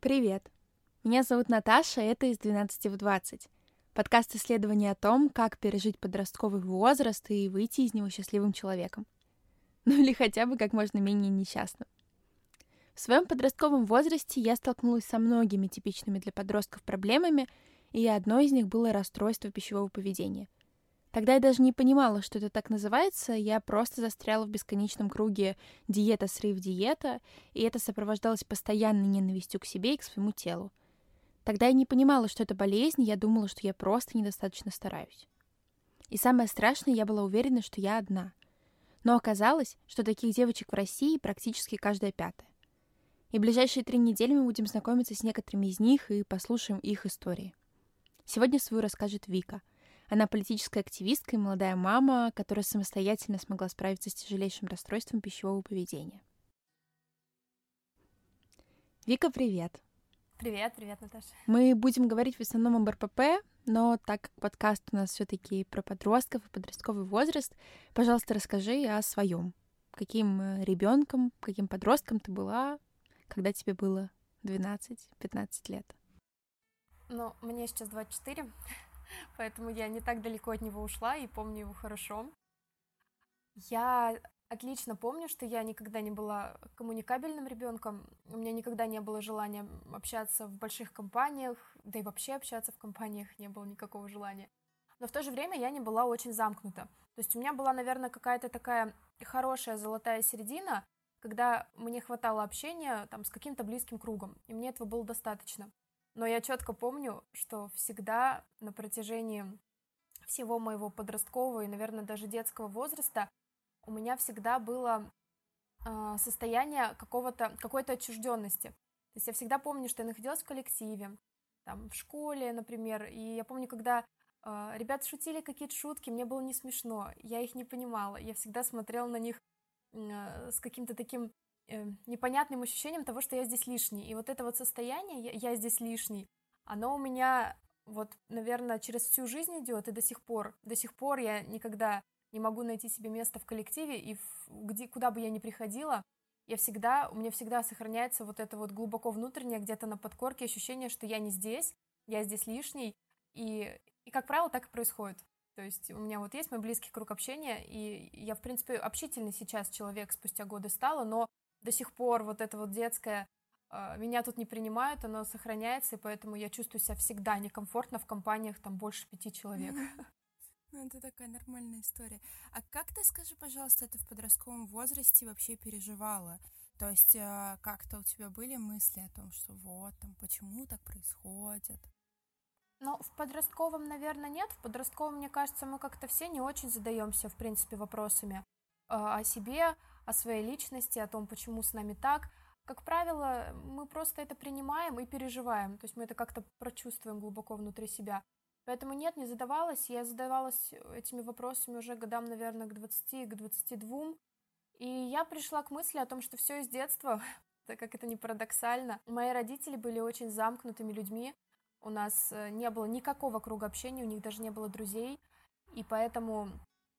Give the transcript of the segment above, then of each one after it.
Привет! Меня зовут Наташа, и это «Из 12 в 20». Подкаст исследования о том, как пережить подростковый возраст и выйти из него счастливым человеком. Ну или хотя бы как можно менее несчастным. В своем подростковом возрасте я столкнулась со многими типичными для подростков проблемами, и одной из них было расстройство пищевого поведения. Тогда я даже не понимала, что это так называется, я просто застряла в бесконечном круге диета, срыв, диета, и это сопровождалось постоянной ненавистью к себе и к своему телу. Тогда я не понимала, что это болезнь, я думала, что я просто недостаточно стараюсь. И самое страшное, я была уверена, что я одна. Но оказалось, что таких девочек в России практически каждая пятая. И в ближайшие 3 недели мы будем знакомиться с некоторыми из них и послушаем их истории. Сегодня свою расскажет Вика. Она политическая активистка и молодая мама, которая самостоятельно смогла справиться с тяжелейшим расстройством пищевого поведения. Вика, привет! Привет, Наташа. Мы будем говорить в основном об РПП, но так как подкаст у нас все-таки про подростков и подростковый возраст, пожалуйста, расскажи о своем. Каким ребенком, каким подростком ты была, когда тебе было 12-15 лет? Ну, мне сейчас 24, поэтому я не так далеко от него ушла и помню его хорошо. Я отлично помню, что я никогда не была коммуникабельным ребенком. У меня никогда не было желания общаться в больших компаниях, да и вообще общаться в компаниях не было никакого желания. Но в то же время я не была очень замкнута. То есть у меня была, наверное, какая-то такая хорошая золотая середина, когда мне хватало общения там с каким-то близким кругом, и мне этого было достаточно. Но я четко помню, что всегда на протяжении всего моего подросткового и, наверное, даже детского возраста у меня всегда было состояние какой-то отчужденности. То есть я всегда помню, что я находилась в коллективе, там, в школе, например, и я помню, когда ребята шутили какие-то шутки, мне было не смешно, я их не понимала, я всегда смотрела на них с каким-то таким непонятным ощущением того, что я здесь лишний. И вот это вот состояние «я здесь лишний», оно у меня вот, наверное, через всю жизнь идет, и до сих пор я никогда не могу найти себе место в коллективе, и куда бы я ни приходила, у меня всегда сохраняется вот это вот глубоко внутреннее, где-то на подкорке ощущение, что я не здесь, я здесь лишний, и как правило, так и происходит. То есть у меня вот есть мой близкий круг общения, и я, в принципе, общительный сейчас человек спустя годы стала, но до сих пор вот это вот детское меня тут не принимают, оно сохраняется, и поэтому я чувствую себя всегда некомфортно в компаниях там больше 5 человек. Ну, это такая нормальная история. А как ты, скажи, пожалуйста, ты в подростковом возрасте вообще переживала? То есть как-то у тебя были мысли о том, что вот там, почему так происходит? Ну, в подростковом, наверное, нет. В подростковом, мне кажется, мы как-то все не очень задаемся, в принципе, вопросами о себе, о своей личности, о том, почему с нами так. Как правило, мы просто это принимаем и переживаем. То есть мы это как-то прочувствуем глубоко внутри себя. Поэтому нет, не задавалась. Я задавалась этими вопросами уже годам, наверное, к 20, к 22. И я пришла к мысли о том, что все из детства, так как это не парадоксально. Мои родители были очень замкнутыми людьми. У нас не было никакого круга общения, у них даже не было друзей. И поэтому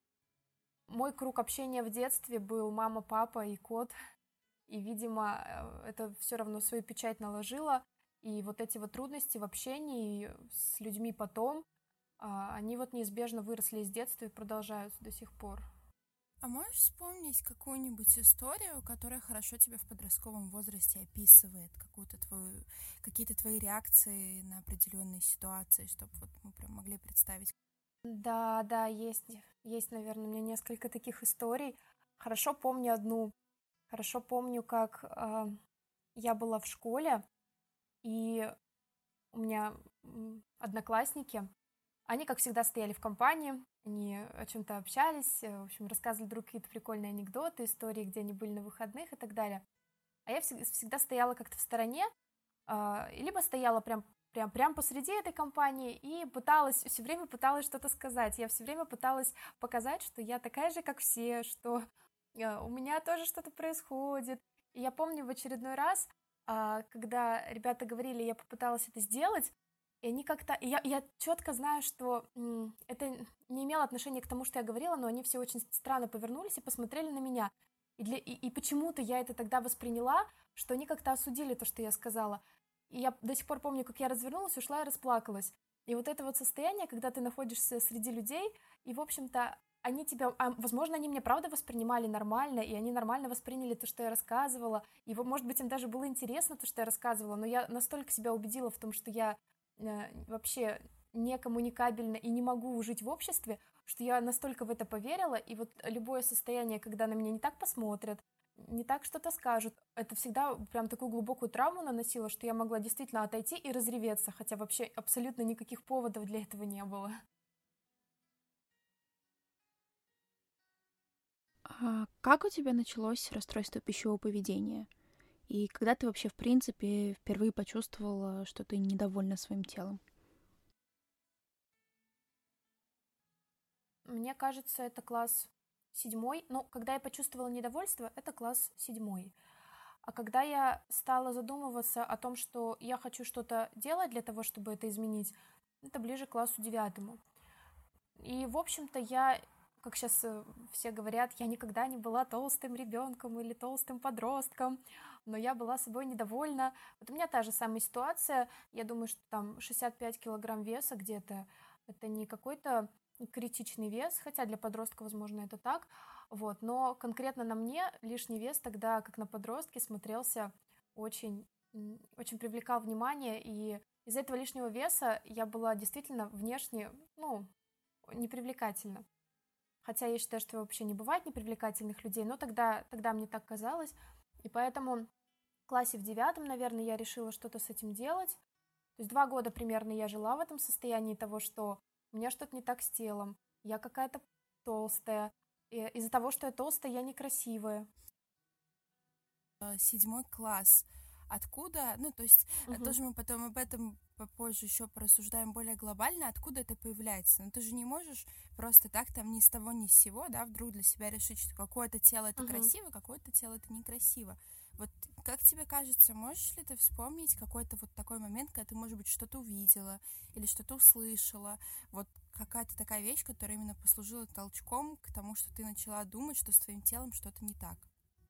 мой круг общения в детстве был мама, папа и кот. И, видимо, это все равно свою печать наложило. И вот эти вот трудности в общении с людьми потом, они вот неизбежно выросли из детства и продолжаются до сих пор. А можешь вспомнить какую-нибудь историю, которая хорошо тебя в подростковом возрасте описывает, какие-то твои реакции на определенные ситуации, чтобы вот мы прям могли представить? Да, есть, наверное, у меня несколько таких историй. Хорошо помню одну. Хорошо помню, как я была в школе, и у меня одноклассники, они, как всегда, стояли в компании, они о чем-то общались, в общем, рассказывали друг какие-то прикольные анекдоты, истории, где они были на выходных и так далее. А я всегда стояла как-то в стороне, либо стояла прям посреди этой компании и все время пыталась что-то сказать. Я все время пыталась показать, что я такая же, как все, что у меня тоже что-то происходит. И я помню в очередной раз, когда ребята говорили, я попыталась это сделать, и они как-то... Я четко знаю, что это не имело отношения к тому, что я говорила, но они все очень странно повернулись и посмотрели на меня. И почему-то я это тогда восприняла, что они как-то осудили то, что я сказала. И я до сих пор помню, как я развернулась, ушла и расплакалась. И вот это вот состояние, когда ты находишься среди людей, и, в общем-то, они тебя, возможно, они меня правда воспринимали нормально, и они нормально восприняли то, что я рассказывала, и, может быть, им даже было интересно то, что я рассказывала, но я настолько себя убедила в том, что я вообще не коммуникабельна и не могу жить в обществе, что я настолько в это поверила, и вот любое состояние, когда на меня не так посмотрят, не так что-то скажут, это всегда прям такую глубокую травму наносило, что я могла действительно отойти и разреветься, хотя вообще абсолютно никаких поводов для этого не было. Как у тебя началось расстройство пищевого поведения? И когда ты вообще, в принципе, впервые почувствовала, что ты недовольна своим телом? Мне кажется, это класс 7. Но когда я почувствовала недовольство, это класс 7. А когда я стала задумываться о том, что я хочу что-то делать для того, чтобы это изменить, это ближе к классу 9. И, в общем-то, я, как сейчас все говорят, я никогда не была толстым ребенком или толстым подростком, но я была собой недовольна. Вот у меня та же самая ситуация. Я думаю, что там 65 килограмм веса где-то, это не какой-то критичный вес, хотя для подростка, возможно, это так. Вот. Но конкретно на мне лишний вес тогда, как на подростке, смотрелся очень, очень привлекал внимание, и из-за этого лишнего веса я была действительно внешне, ну, непривлекательна. Хотя я считаю, что вообще не бывает непривлекательных людей, но тогда мне так казалось. И поэтому в классе в 9, наверное, я решила что-то с этим делать. То есть 2 года примерно я жила в этом состоянии того, что у меня что-то не так с телом, я какая-то толстая. И из-за того, что я толстая, я некрасивая. 7 класс. Откуда, ну, то есть, Мгм. тоже мы потом об этом попозже еще порассуждаем более глобально, откуда это появляется. Но ты же не можешь просто так там ни с того ни с сего, да, вдруг для себя решить, что какое-то тело это Мгм. красиво, какое-то тело это некрасиво. Вот как тебе кажется, можешь ли ты вспомнить какой-то вот такой момент, когда ты, может быть, что-то увидела или что-то услышала, вот какая-то такая вещь, которая именно послужила толчком к тому, что ты начала думать, что с твоим телом что-то не так?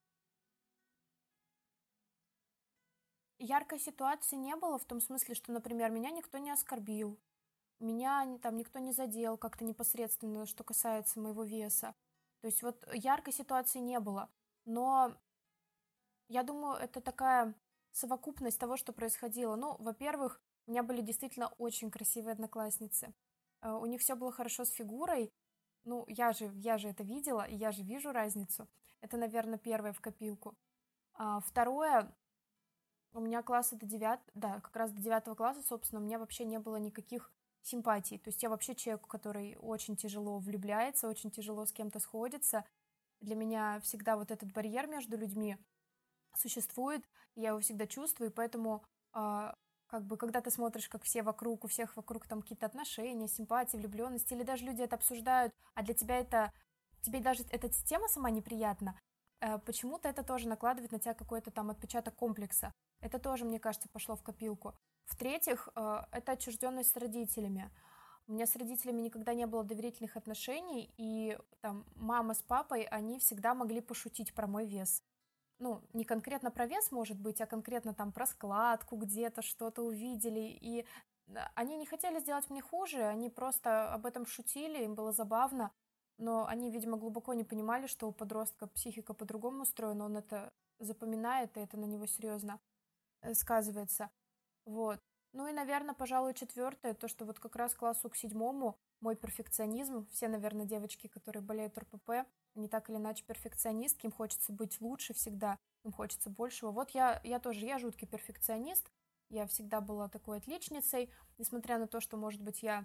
Яркой ситуации не было в том смысле, что, например, меня никто не оскорбил, меня там никто не задел как-то непосредственно, что касается моего веса. То есть вот яркой ситуации не было. Но я думаю, это такая совокупность того, что происходило. Ну, во-первых, у меня были действительно очень красивые одноклассницы. У них все было хорошо с фигурой. Ну, я же это видела, и я же вижу разницу. Это, наверное, первое в копилку. Второе, у меня класса до 9, да, как раз до 9 класса, собственно, у меня вообще не было никаких симпатий. То есть я вообще человек, который очень тяжело влюбляется, очень тяжело с кем-то сходится. Для меня всегда вот этот барьер между людьми существует, я его всегда чувствую, и поэтому а, как бы когда ты смотришь, как все вокруг, у всех вокруг там какие-то отношения, симпатии, влюбленности, или даже люди это обсуждают, а для тебя это, тебе даже эта тема сама неприятна, почему-то это тоже накладывает на тебя какой-то там отпечаток комплекса. Это тоже, мне кажется, пошло в копилку. В-третьих, это отчужденность с родителями. У меня с родителями никогда не было доверительных отношений, и там мама с папой, они всегда могли пошутить про мой вес. Ну, не конкретно про вес, может быть, а конкретно там про складку где-то, что-то увидели. И они не хотели сделать мне хуже, они просто об этом шутили, им было забавно. Но они, видимо, глубоко не понимали, что у подростка психика по-другому устроена, он это запоминает, и это на него серьезно сказывается. Вот. Ну и, наверное, пожалуй, четвертое, то, что вот как раз к классу к 7 мой перфекционизм, все, наверное, девочки, которые болеют РПП, они так или иначе перфекционистки, им хочется быть лучше всегда, им хочется большего. Вот я тоже, я жуткий перфекционист, я всегда была такой отличницей, несмотря на то, что, может быть, я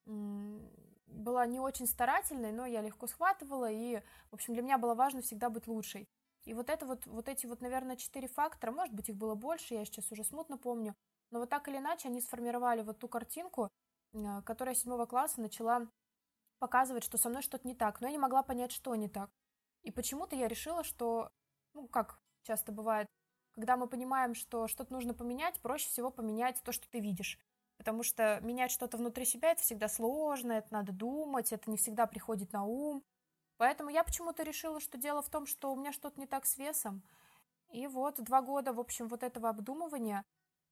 была не очень старательной, но я легко схватывала, и, в общем, для меня было важно всегда быть лучшей. И вот это вот эти вот, наверное, 4 фактора, может быть, их было больше, я сейчас уже смутно помню, но вот так или иначе они сформировали вот ту картинку, которая с 7 класса начала показывать, что со мной что-то не так, но я не могла понять, что не так. И почему-то я решила, что, ну, как часто бывает, когда мы понимаем, что что-то нужно поменять, проще всего поменять то, что ты видишь. Потому что менять что-то внутри себя это всегда сложно, это надо думать, это не всегда приходит на ум. Поэтому я почему-то решила, что дело в том, что у меня что-то не так с весом. И вот 2 года, в общем, вот этого обдумывания,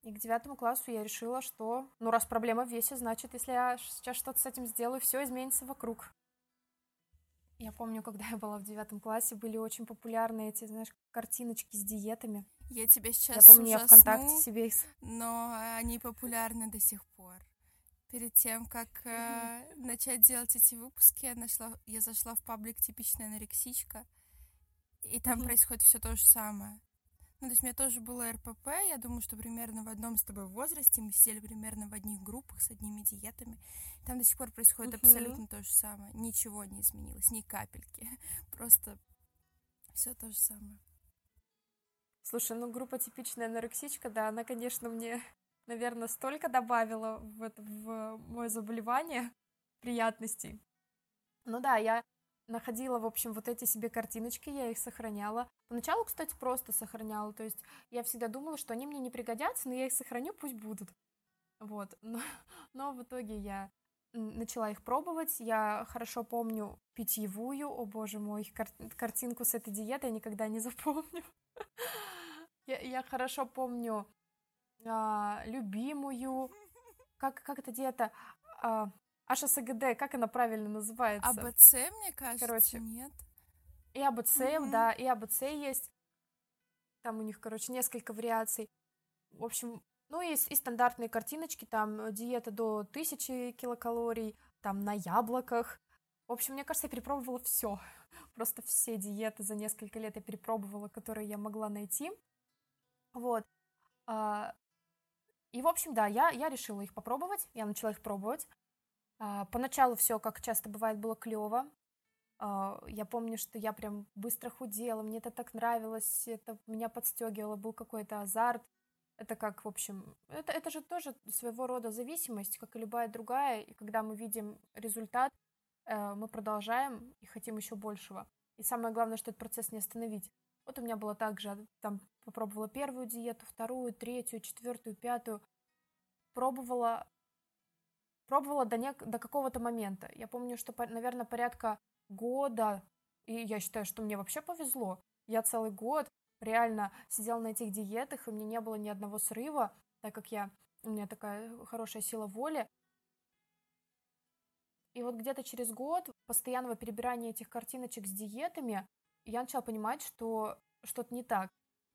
И к 9 классу я решила, что, ну, раз проблема в весе, значит, если я сейчас что-то с этим сделаю, все изменится вокруг. Я помню, когда я была в 9 классе, были очень популярны эти, знаешь, картиночки с диетами. Я тебя Я сейчас помню, я ВКонтакте ужасну, себе их... но они популярны до сих пор. Перед тем, как начать делать эти выпуски, я зашла в паблик «Типичная анорексичка», и там происходит все то же самое. Ну, то есть у меня тоже было РПП, я думаю, что примерно в одном с тобой возрасте, мы сидели примерно в одних группах с одними диетами. Там до сих пор происходит абсолютно то же самое. Ничего не изменилось, ни капельки. Просто все то же самое. Слушай, ну группа «Типичная анорексичка», да, она, конечно, мне, наверное, столько добавила в мое заболевание приятностей. Ну да, я находила, в общем, вот эти себе картиночки, я их сохраняла. Поначалу, кстати, просто сохраняла, то есть я всегда думала, что они мне не пригодятся, но я их сохраню, пусть будут. Вот, но в итоге я начала их пробовать. Я хорошо помню питьевую, о боже мой, картинку с этой диетой я никогда не запомню. Я хорошо помню любимую, как эта диета, АШСГД, как она правильно называется? АБЦ, мне кажется, Короче, нет? и АБЦ, да, и АБЦ есть. Там у них, короче, несколько вариаций. В общем, ну и стандартные картиночки, там диета до 1000 килокалорий, там на яблоках. В общем, мне кажется, я перепробовала все. Просто все диеты за несколько лет я перепробовала, которые я могла найти. Вот. И, в общем, да, я решила их попробовать, я начала их пробовать. Поначалу все, как часто бывает, было клево. Я помню, что я прям быстро худела, мне это так нравилось, это меня подстегивало, был какой-то азарт. Это как, в общем, это же тоже своего рода зависимость, как и любая другая. И когда мы видим результат, мы продолжаем и хотим еще большего. И самое главное, что этот процесс не остановить. Вот у меня было так же, там попробовала первую диету, вторую, третью, четвертую, пятую. Пробовала до какого-то момента. Я помню, что, наверное, порядка года, и я считаю, что мне вообще повезло. Я целый год реально сидела на этих диетах, и у меня не было ни одного срыва, так как у меня такая хорошая сила воли. И вот где-то через год постоянного перебирания этих картиночек с диетами я начала понимать, что что-то не так.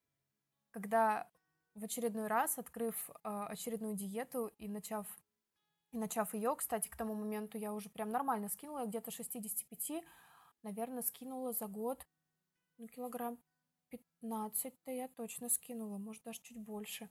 Когда в очередной раз, открыв очередную диету и начав ее, кстати, к тому моменту я уже прям нормально скинула, где-то 65, наверное, скинула за год, ну, килограмм 15-то я точно скинула, может, даже чуть больше.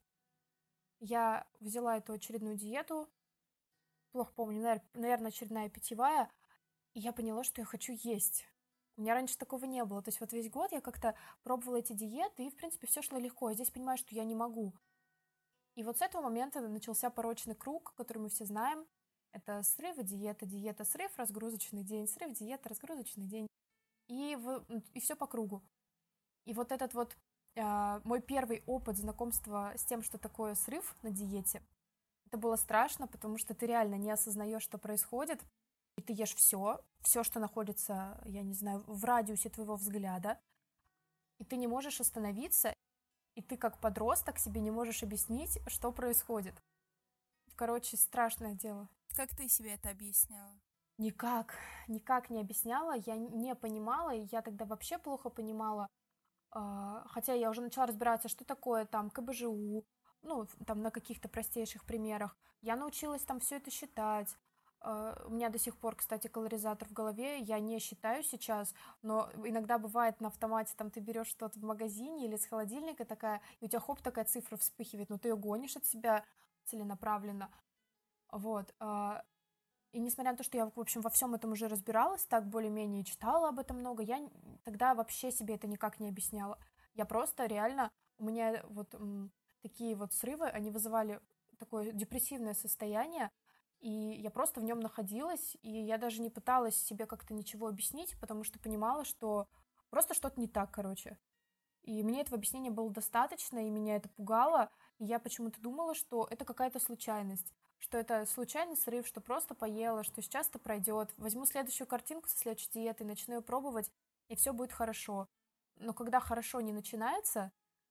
Я взяла эту очередную диету, плохо помню, наверное, очередная питьевая, и я поняла, что я хочу есть. У меня раньше такого не было. То есть вот весь год я как-то пробовала эти диеты, и, в принципе, все шло легко. А здесь понимаю, что я не могу. И вот с этого момента начался порочный круг, который мы все знаем. Это срыв, диета, диета, срыв, разгрузочный день, срыв, диета, разгрузочный день. И все по кругу. И вот этот вот мой первый опыт знакомства с тем, что такое срыв на диете, это было страшно, потому что ты реально не осознаешь, что происходит. И ты ешь все, что находится, я не знаю, в радиусе твоего взгляда, и ты не можешь остановиться, и ты как подросток себе не можешь объяснить, что происходит. Короче, страшное дело. Как ты себе это объясняла? Никак не объясняла, я не понимала, и я тогда вообще плохо понимала, хотя я уже начала разбираться, что такое там КБЖУ, ну, там на каких-то простейших примерах. Я научилась там все это считать. У меня до сих пор, кстати, калоризатор в голове, я не считаю сейчас, но иногда бывает на автомате, там ты берешь что-то в магазине или с холодильника такая, и у тебя хоп, такая цифра вспыхивает, но ты ее гонишь от себя целенаправленно. Вот. И несмотря на то, что я, в общем, во всем этом уже разбиралась, так более-менее читала об этом много, я тогда вообще себе это никак не объясняла. Я просто реально, у меня вот такие вот срывы, они вызывали такое депрессивное состояние, и я просто в нем находилась, и я даже не пыталась себе как-то ничего объяснить, потому что понимала, что просто что-то не так, короче. И мне этого объяснения было достаточно, и меня это пугало, и я почему-то думала, что это какая-то случайность, что это случайный срыв, что просто поела, что сейчас это пройдет, возьму следующую картинку со следующей диеты, начну ее пробовать, и все будет хорошо. Но когда хорошо не начинается,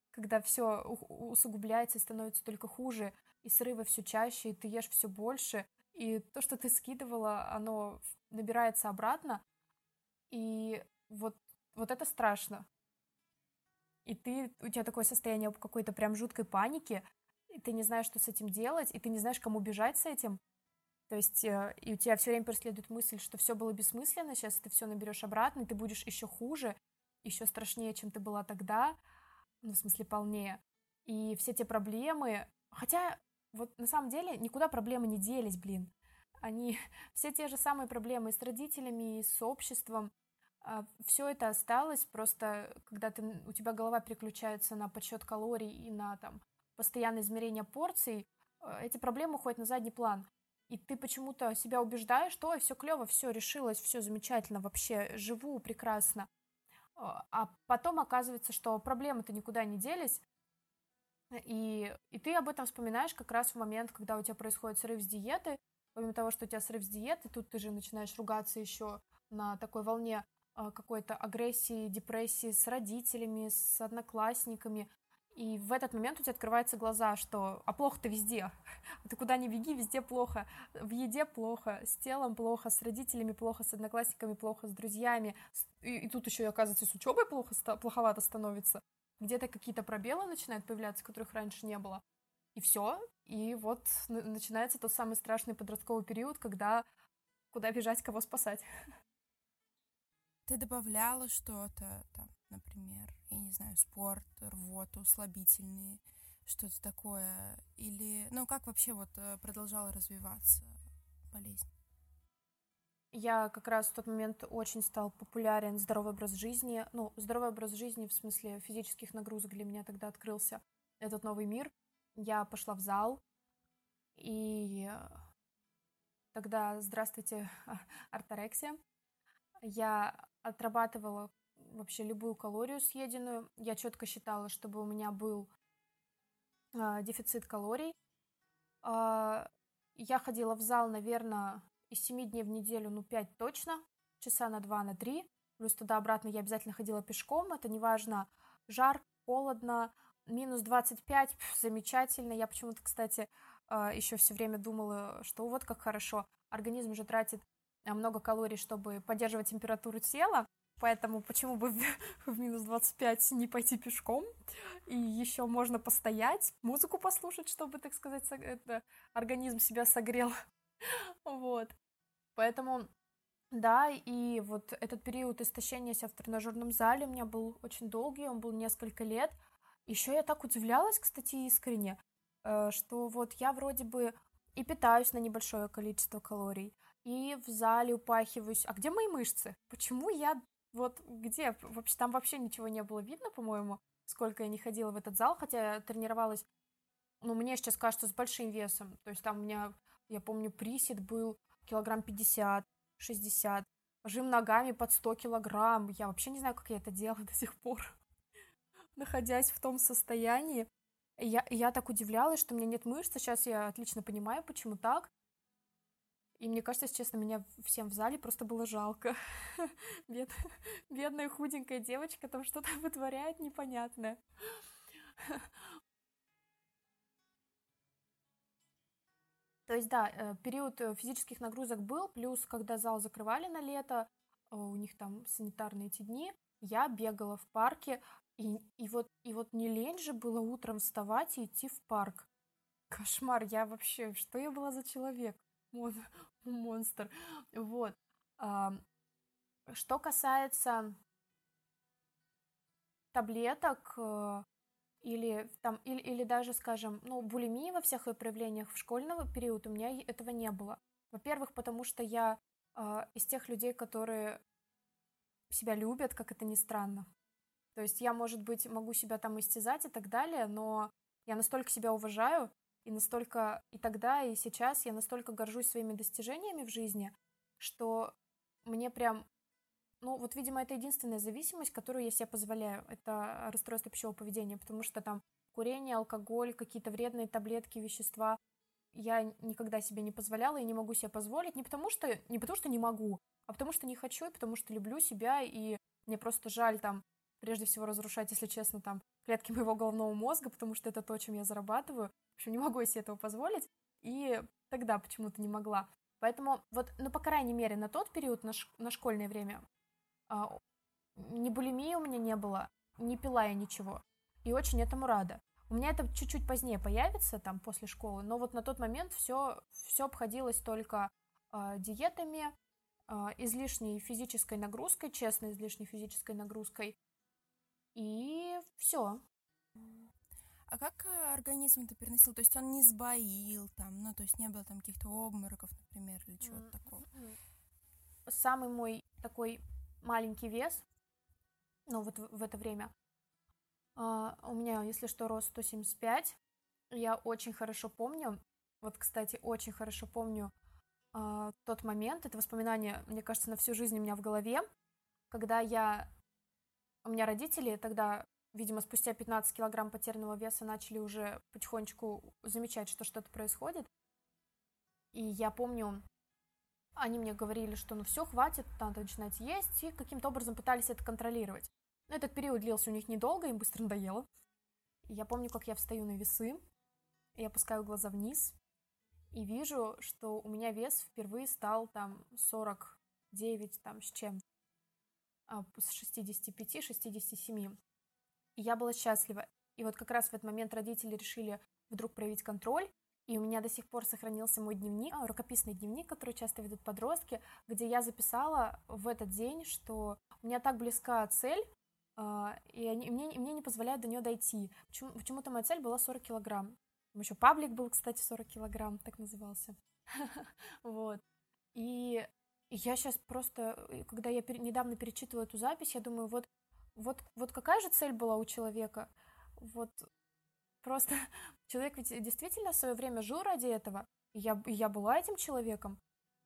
когда все усугубляется и становится только хуже, и срывы все чаще, и ты ешь все больше, и то, что ты скидывала, оно набирается обратно, и вот это страшно. И у тебя такое состояние какой-то прям жуткой паники, и ты не знаешь, что с этим делать, и ты не знаешь, кому бежать с этим. То есть, и у тебя все время преследует мысль, что все было бессмысленно, сейчас ты все наберешь обратно, и ты будешь еще хуже, еще страшнее, чем ты была тогда, ну, в смысле, полнее. И все те проблемы, хотя вот на самом деле никуда проблемы не делись, блин. Они все те же самые проблемы и с родителями, и с обществом. Все это осталось, просто когда у тебя голова переключается на подсчет калорий и на там постоянное измерение порций, эти проблемы уходят на задний план. И ты почему-то себя убеждаешь, что все клево, все решилось, все замечательно, вообще живу прекрасно. А потом оказывается, что проблемы-то никуда не делись, и ты об этом вспоминаешь как раз в момент, когда у тебя происходит срыв с диеты. Помимо того, что у тебя срыв с диеты, тут ты же начинаешь ругаться еще на такой волне какой-то агрессии, депрессии с родителями, с одноклассниками. И в этот момент у тебя открываются глаза, что «а плохо-то везде, ты куда ни беги, везде плохо, в еде плохо, с телом плохо, с родителями плохо, с одноклассниками плохо, с друзьями, и тут еще и оказывается с учебой плоховато становится, где-то какие-то пробелы начинают появляться, которых раньше не было, и все, и вот начинается тот самый страшный подростковый период, когда куда бежать, кого спасать». Ты добавляла что-то, там, например, я не знаю, спорт, рвоту, слабительные, что-то такое? Или, ну, как вообще вот продолжала развиваться болезнь? Я как раз в тот момент очень стал популярен здоровый образ жизни. Ну, здоровый образ жизни в смысле физических нагрузок для меня тогда открылся этот новый мир. Я пошла в зал, и тогда, здравствуйте, орторексия. Я отрабатывала вообще любую калорию съеденную. Я четко считала, чтобы у меня был дефицит калорий. Я ходила в зал, наверное, из 7 дней в неделю, ну, 5 точно, часа на 2, на 3. Плюс туда-обратно я обязательно ходила пешком. Это неважно, жарко, холодно, минус 25, замечательно. Я почему-то, кстати, еще все время думала, что вот как хорошо. Организм же тратит много калорий, чтобы поддерживать температуру тела. Поэтому почему бы в минус 25 не пойти пешком? И еще можно постоять, музыку послушать, чтобы, так сказать, организм себя согрел. Вот. Поэтому, да, и вот этот период истощения себя в тренажерном зале у меня был очень долгий, он был несколько лет. Еще я так удивлялась, кстати, искренне, что вот я вроде бы и питаюсь на небольшое количество калорий, и в зале упахиваюсь. А где мои мышцы? Почему я вот где? Вообще, там вообще ничего не было видно, по-моему, сколько я не ходила в этот зал, хотя я тренировалась, ну, мне сейчас кажется, с большим весом. То есть там у меня, я помню, присед был килограмм 50, 60, жим ногами под 100 килограмм. Я вообще не знаю, как я это делаю до сих пор, находясь в том состоянии. И я так удивлялась, что у меня нет мышц. Сейчас я отлично понимаю, почему так. И мне кажется, если честно, меня всем в зале просто было жалко. Бедная худенькая девочка там что-то вытворяет непонятное. То есть, да, период физических нагрузок был, плюс, когда зал закрывали на лето, у них там санитарные эти дни, я бегала в парке, и вот не лень же было утром вставать и идти в парк. Кошмар, я вообще, что я была за человек? Монстр. Вот. А, Что касается таблеток, или даже, скажем, ну, булимии во всех ее проявлениях в школьный период у меня этого не было. Во-первых, потому что я из тех людей, которые себя любят, как это ни странно. То есть я, может быть, могу себя там истязать и так далее, но я настолько себя уважаю, и настолько и тогда, и сейчас я настолько горжусь своими достижениями в жизни, что мне прям, ну, вот, видимо, это единственная зависимость, которую я себе позволяю. Это расстройство пищевого поведения, потому что там курение, алкоголь, какие-то вредные таблетки, вещества я никогда себе не позволяла и не могу себе позволить. Не потому что не могу, а потому что не хочу, и потому что люблю себя, и мне просто жаль там прежде всего разрушать, если честно, там клетки моего головного мозга, потому что это то, чем я зарабатываю. В общем, не могу я себе этого позволить, и тогда почему-то не могла. Поэтому вот, ну, по крайней мере, на тот период, на школьное время, ни булимии у меня не было, не пила я ничего, и очень этому рада. У меня это чуть-чуть позднее появится, там, после школы, но вот на тот момент все обходилось только диетами, излишней физической нагрузкой, честно, излишней физической нагрузкой, и все. А как организм это переносил? То есть он не сбоил там, ну, то есть не было там каких-то обмороков, например, или чего-то такого? Самый мой такой маленький вес, ну, вот в это время, у меня, если что, рост 175. Я очень хорошо помню, вот, кстати, очень хорошо помню тот момент, это воспоминание, мне кажется, на всю жизнь у меня в голове, когда у меня родители тогда, видимо, спустя 15 килограмм потерянного веса начали уже потихонечку замечать, что что-то происходит. И я помню, они мне говорили, что ну все, хватит, надо начинать есть, и каким-то образом пытались это контролировать. Но этот период длился у них недолго, им быстро надоело. И я помню, как я встаю на весы, и опускаю глаза вниз, и вижу, что у меня вес впервые стал там 49 там с чем, с 65-67. И я была счастлива. И вот как раз в этот момент родители решили вдруг проявить контроль, и у меня до сих пор сохранился мой дневник, рукописный дневник, который часто ведут подростки, где я записала в этот день, что у меня так близка цель, и мне не позволяют до нее дойти. Почему-то моя цель была 40 килограмм. Там еще паблик был, кстати, 40 килограмм, так назывался. Вот. И я сейчас просто, когда я недавно перечитывала эту запись, я думаю, вот какая же цель была у человека? Вот просто человек ведь действительно в свое время жил ради этого, и я была этим человеком.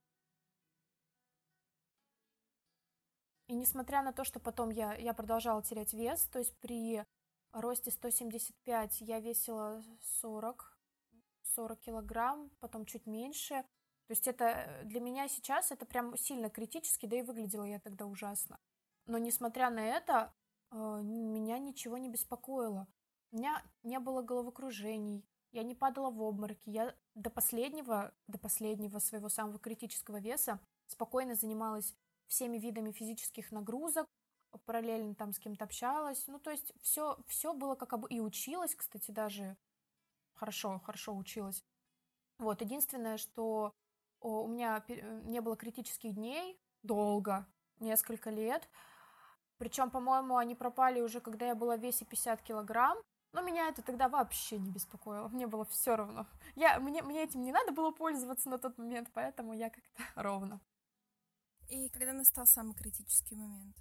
И несмотря на то, что потом я продолжала терять вес, то есть при росте 175 я весила 40 килограмм, потом чуть меньше. То есть это для меня сейчас это прям сильно критически, да и выглядела я тогда ужасно. Но несмотря на это, меня ничего не беспокоило. У меня не было головокружений, я не падала в обмороки. Я до последнего своего самого критического веса спокойно занималась всеми видами физических нагрузок, параллельно там с кем-то общалась. Ну, то есть все было как и училась, кстати, даже хорошо училась. Вот, единственное, что у меня не было критических дней долго, несколько лет. Причем, по-моему, они пропали уже, когда я была в весе 50 килограмм. Но меня это тогда вообще не беспокоило. Мне было все равно. Мне этим не надо было пользоваться на тот момент, поэтому я как-то ровно. И когда настал самый критический момент?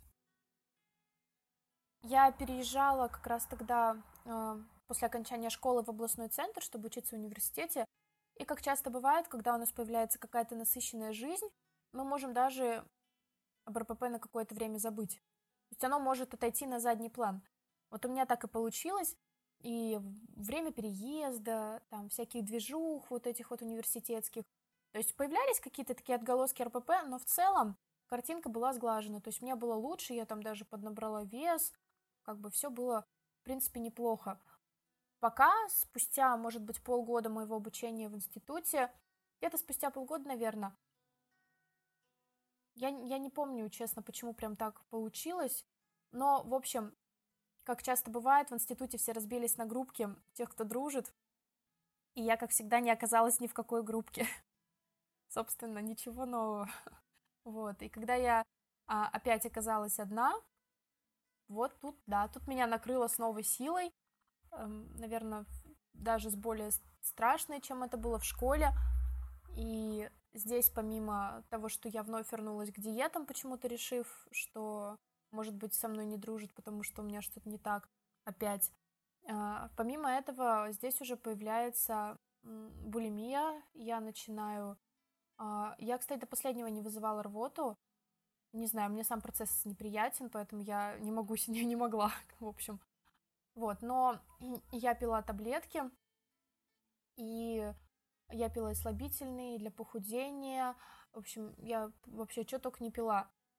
Я переезжала как раз тогда, после окончания школы, в областной центр, чтобы учиться в университете. И как часто бывает, когда у нас появляется какая-то насыщенная жизнь, мы можем даже об РПП на какое-то время забыть. То есть оно может отойти на задний план. Вот у меня так и получилось. И время переезда, там всяких движух вот этих вот университетских. То есть появлялись какие-то такие отголоски РПП, но в целом картинка была сглажена. То есть мне было лучше, я там даже поднабрала вес, как бы все было, в принципе, неплохо. Пока спустя, может быть, полгода моего обучения в институте, где-то спустя полгода, наверное, я не помню, честно, почему прям так получилось, но, в общем, как часто бывает, в институте все разбились на группки тех, кто дружит, и я, как всегда, не оказалась ни в какой группке. Собственно, ничего нового. Вот, и когда я опять оказалась одна, вот тут меня накрыло с новой силой, наверное, даже с более страшной, чем это было в школе. И здесь, помимо того, что я вновь вернулась к диетам, почему-то решив, что, может быть, со мной не дружит, потому что у меня что-то не так опять. Помимо этого, здесь уже появляется булимия. Я начинаю... Я, кстати, до последнего не вызывала рвоту. Не знаю, мне сам процесс неприятен, поэтому я не могла, в общем. Вот, но я пила таблетки, и я пила и слабительные для похудения. В общем, я вообще что только не пила.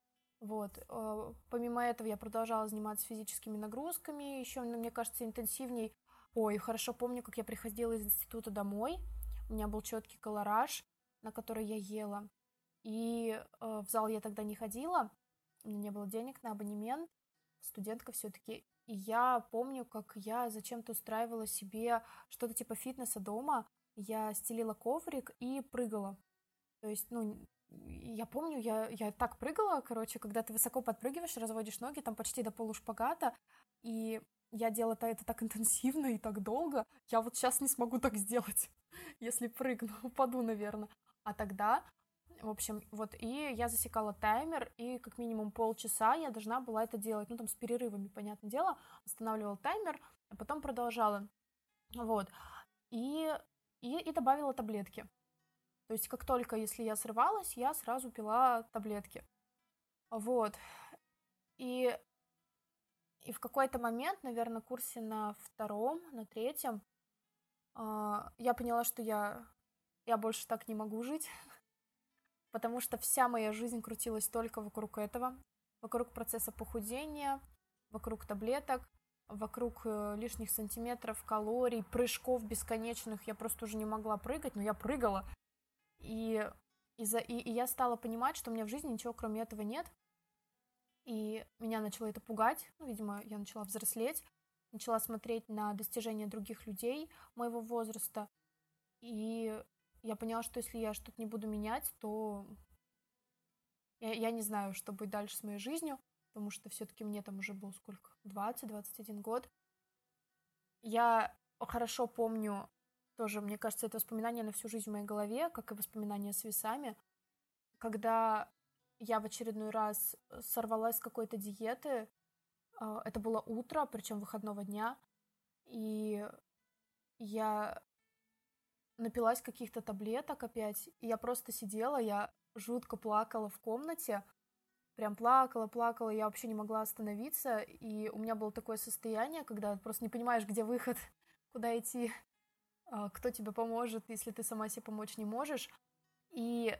Вот. Помимо этого я продолжала заниматься физическими нагрузками, еще, мне кажется, интенсивней. Ой, хорошо помню, как я приходила из института домой, у меня был четкий колораж, на который я ела, и в зал я тогда не ходила, у меня не было денег на абонемент, студентка все-таки. И я помню, как я зачем-то устраивала себе что-то типа фитнеса дома. Я стелила коврик и прыгала. То есть, я помню, я так прыгала, короче, когда ты высоко подпрыгиваешь, разводишь ноги, там почти до полушпагата, и я делала это так интенсивно и так долго. Я вот сейчас не смогу так сделать, если прыгну, упаду, наверное. А тогда, в общем, вот, и я засекала таймер, и как минимум полчаса я должна была это делать, там с перерывами, понятное дело, останавливала таймер, а потом продолжала, вот, и, и добавила таблетки. То есть как только, если я срывалась, я сразу пила таблетки. Вот. И, и в какой-то момент, наверное, курсе на втором, на третьем, я поняла, что я больше так не могу жить, потому что вся моя жизнь крутилась только вокруг этого, вокруг процесса похудения, вокруг таблеток, вокруг лишних сантиметров, калорий, прыжков бесконечных. Я просто уже не могла прыгать, но я прыгала. И я стала понимать, что у меня в жизни ничего кроме этого нет. И меня начало это пугать. Видимо, я начала взрослеть, начала смотреть на достижения других людей моего возраста. И я поняла, что если я что-то не буду менять, то я не знаю, что будет дальше с моей жизнью, потому что все-таки мне там уже было сколько? 20-21 год. Я хорошо помню тоже, мне кажется, это воспоминание на всю жизнь в моей голове, как и воспоминания с весами, когда я в очередной раз сорвалась с какой-то диеты. Это было утро, причем выходного дня, и я напилась каких-то таблеток опять, и я просто сидела, я жутко плакала в комнате, прям плакала, я вообще не могла остановиться, и у меня было такое состояние, когда просто не понимаешь, где выход, куда идти, кто тебе поможет, если ты сама себе помочь не можешь. И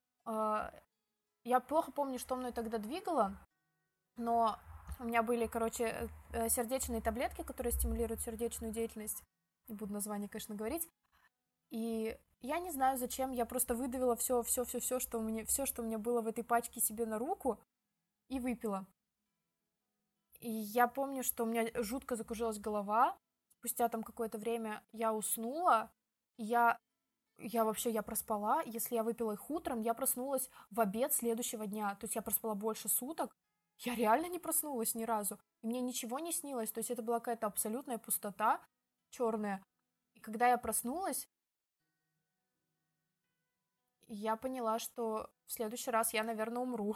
я плохо помню, что мной тогда двигало, но у меня были, короче, сердечные таблетки, которые стимулируют сердечную деятельность. Не буду название, конечно, говорить. И я не знаю, зачем, я просто выдавила все, что у меня было в этой пачке, себе на руку и выпила. И я помню, что у меня жутко закружилась голова. Спустя там какое-то время я уснула, и я проспала. Если я выпила их утром, я проснулась в обед следующего дня. То есть я проспала больше суток. Я реально не проснулась ни разу. И мне ничего не снилось. То есть это была какая-то абсолютная пустота черная. И когда я проснулась, я поняла, что в следующий раз я, наверное, умру.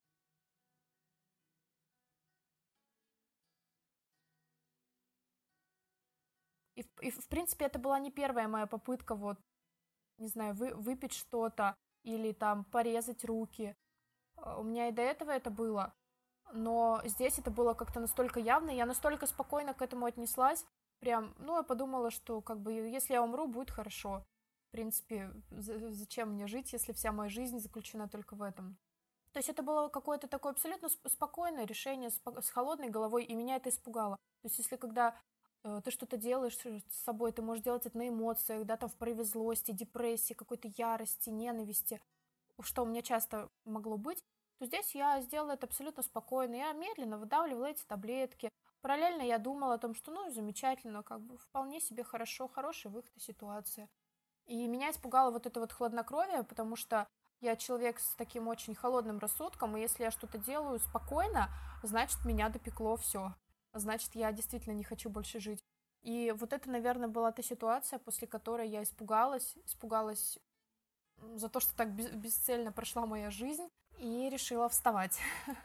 И в принципе, это была не первая моя попытка, вот, не знаю, выпить что-то или там порезать руки. У меня и до этого это было. Но здесь это было как-то настолько явно, я настолько спокойно к этому отнеслась, прям, я подумала, что как бы если я умру, будет хорошо. В принципе, зачем мне жить, если вся моя жизнь заключена только в этом? То есть это было какое-то такое абсолютно спокойное решение, с холодной головой, и меня это испугало. То есть если когда ты что-то делаешь с собой, ты можешь делать это на эмоциях, да, там в порыве злости, депрессии, какой-то ярости, ненависти, что у меня часто могло быть, то здесь я сделала это абсолютно спокойно. Я медленно выдавливала эти таблетки. Параллельно я думала о том, что, замечательно, как бы вполне себе хорошо, хороший выход из ситуации. И меня испугало вот это вот хладнокровие, потому что я человек с таким очень холодным рассудком, и если я что-то делаю спокойно, значит, меня допекло все. Значит, я действительно не хочу больше жить. И вот это, наверное, была та ситуация, после которой я испугалась за то, что так бесцельно прошла моя жизнь, и решила вставать.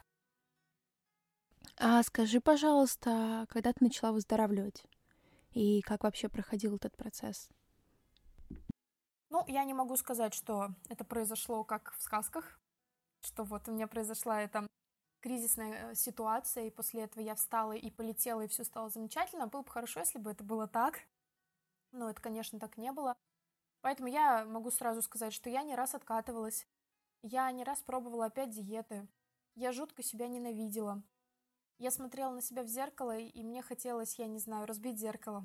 А скажи, пожалуйста, когда ты начала выздоравливать? И как вообще проходил этот процесс? Я не могу сказать, что это произошло как в сказках, что вот у меня произошла эта кризисная ситуация, и после этого я встала и полетела, и все стало замечательно. Было бы хорошо, если бы это было так, но это, конечно, так не было. Поэтому я могу сразу сказать, что я не раз откатывалась, я не раз пробовала опять диеты, Я жутко себя ненавидела. Я смотрела на себя в зеркало, и мне хотелось, я не знаю, разбить зеркало.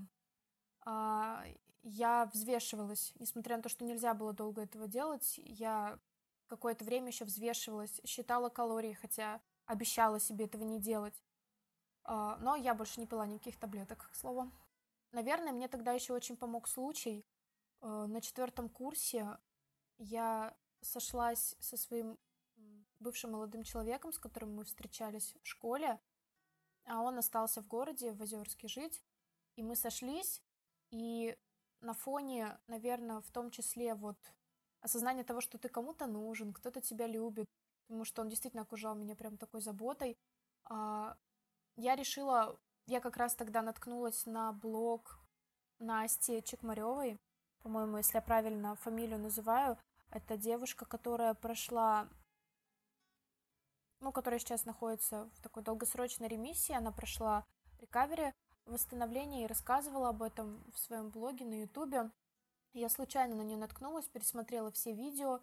А, Я взвешивалась, несмотря на то, что нельзя было долго этого делать, я какое-то время еще взвешивалась, считала калории, хотя обещала себе этого не делать. Но я больше не пила никаких таблеток, к слову. Наверное, мне тогда еще очень помог случай. На 4 курсе я сошлась со своим бывшим молодым человеком, с которым мы встречались в школе, а он остался в городе, в Озерске жить, и мы сошлись, и на фоне, наверное, в том числе вот осознание того, что ты кому-то нужен, кто-то тебя любит, потому что он действительно окружал меня прям такой заботой, а, я решила, я как раз тогда наткнулась на блог Насти Чекмаревой, по-моему, если я правильно фамилию называю, это девушка, которая прошла, которая сейчас находится в такой долгосрочной ремиссии, она прошла рекавери, восстановление и рассказывала об этом в своем блоге на Ютубе. Я случайно на нее наткнулась, пересмотрела все видео,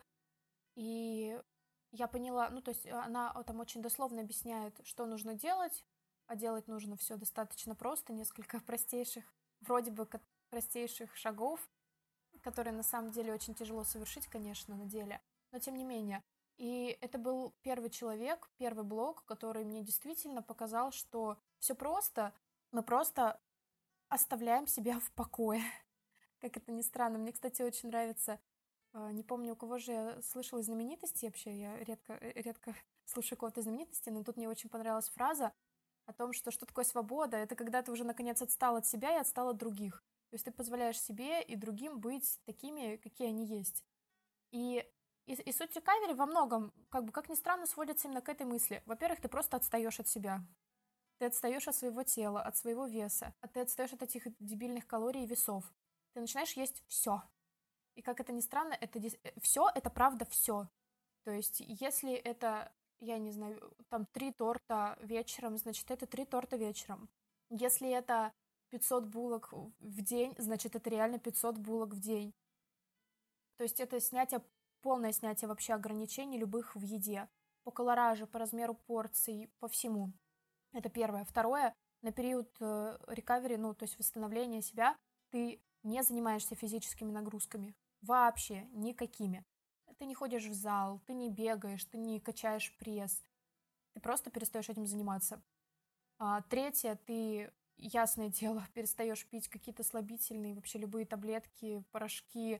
и я поняла, то есть она там очень дословно объясняет, что нужно делать, а делать нужно все достаточно просто, несколько простейших, вроде бы простейших шагов, которые на самом деле очень тяжело совершить, конечно, на деле, но тем не менее. И это был первый человек, первый блог, который мне действительно показал, что все просто, мы просто оставляем себя в покое. Как это ни странно. Мне, кстати, очень нравится, не помню, у кого же я слышала из знаменитостей вообще, я редко слушаю кого-то из знаменитостей, но тут мне очень понравилась фраза о том, что такое свобода, это когда ты уже наконец отстал от себя и отстал от других. То есть ты позволяешь себе и другим быть такими, какие они есть. И суть рекавери во многом, как ни странно, сводится именно к этой мысли. Во-первых, ты просто отстаешь от себя. Ты отстаешь от своего тела, от своего веса, а ты отстаешь от этих дебильных калорий и весов. Ты начинаешь есть все. И как это ни странно, все это правда все. То есть, если это, я не знаю, там 3 торта вечером, значит, это 3 торта вечером. Если это 500 булок в день, значит, это реально 500 булок в день. То есть это полное снятие вообще ограничений любых в еде. По колоражу, по размеру порций, по всему. Это первое. Второе, на период рекавери, то есть восстановления себя, ты не занимаешься физическими нагрузками. Вообще никакими. Ты не ходишь в зал, ты не бегаешь, ты не качаешь пресс. Ты просто перестаешь этим заниматься. Третье, ты, ясное дело, перестаешь пить какие-то слабительные, вообще любые таблетки, порошки.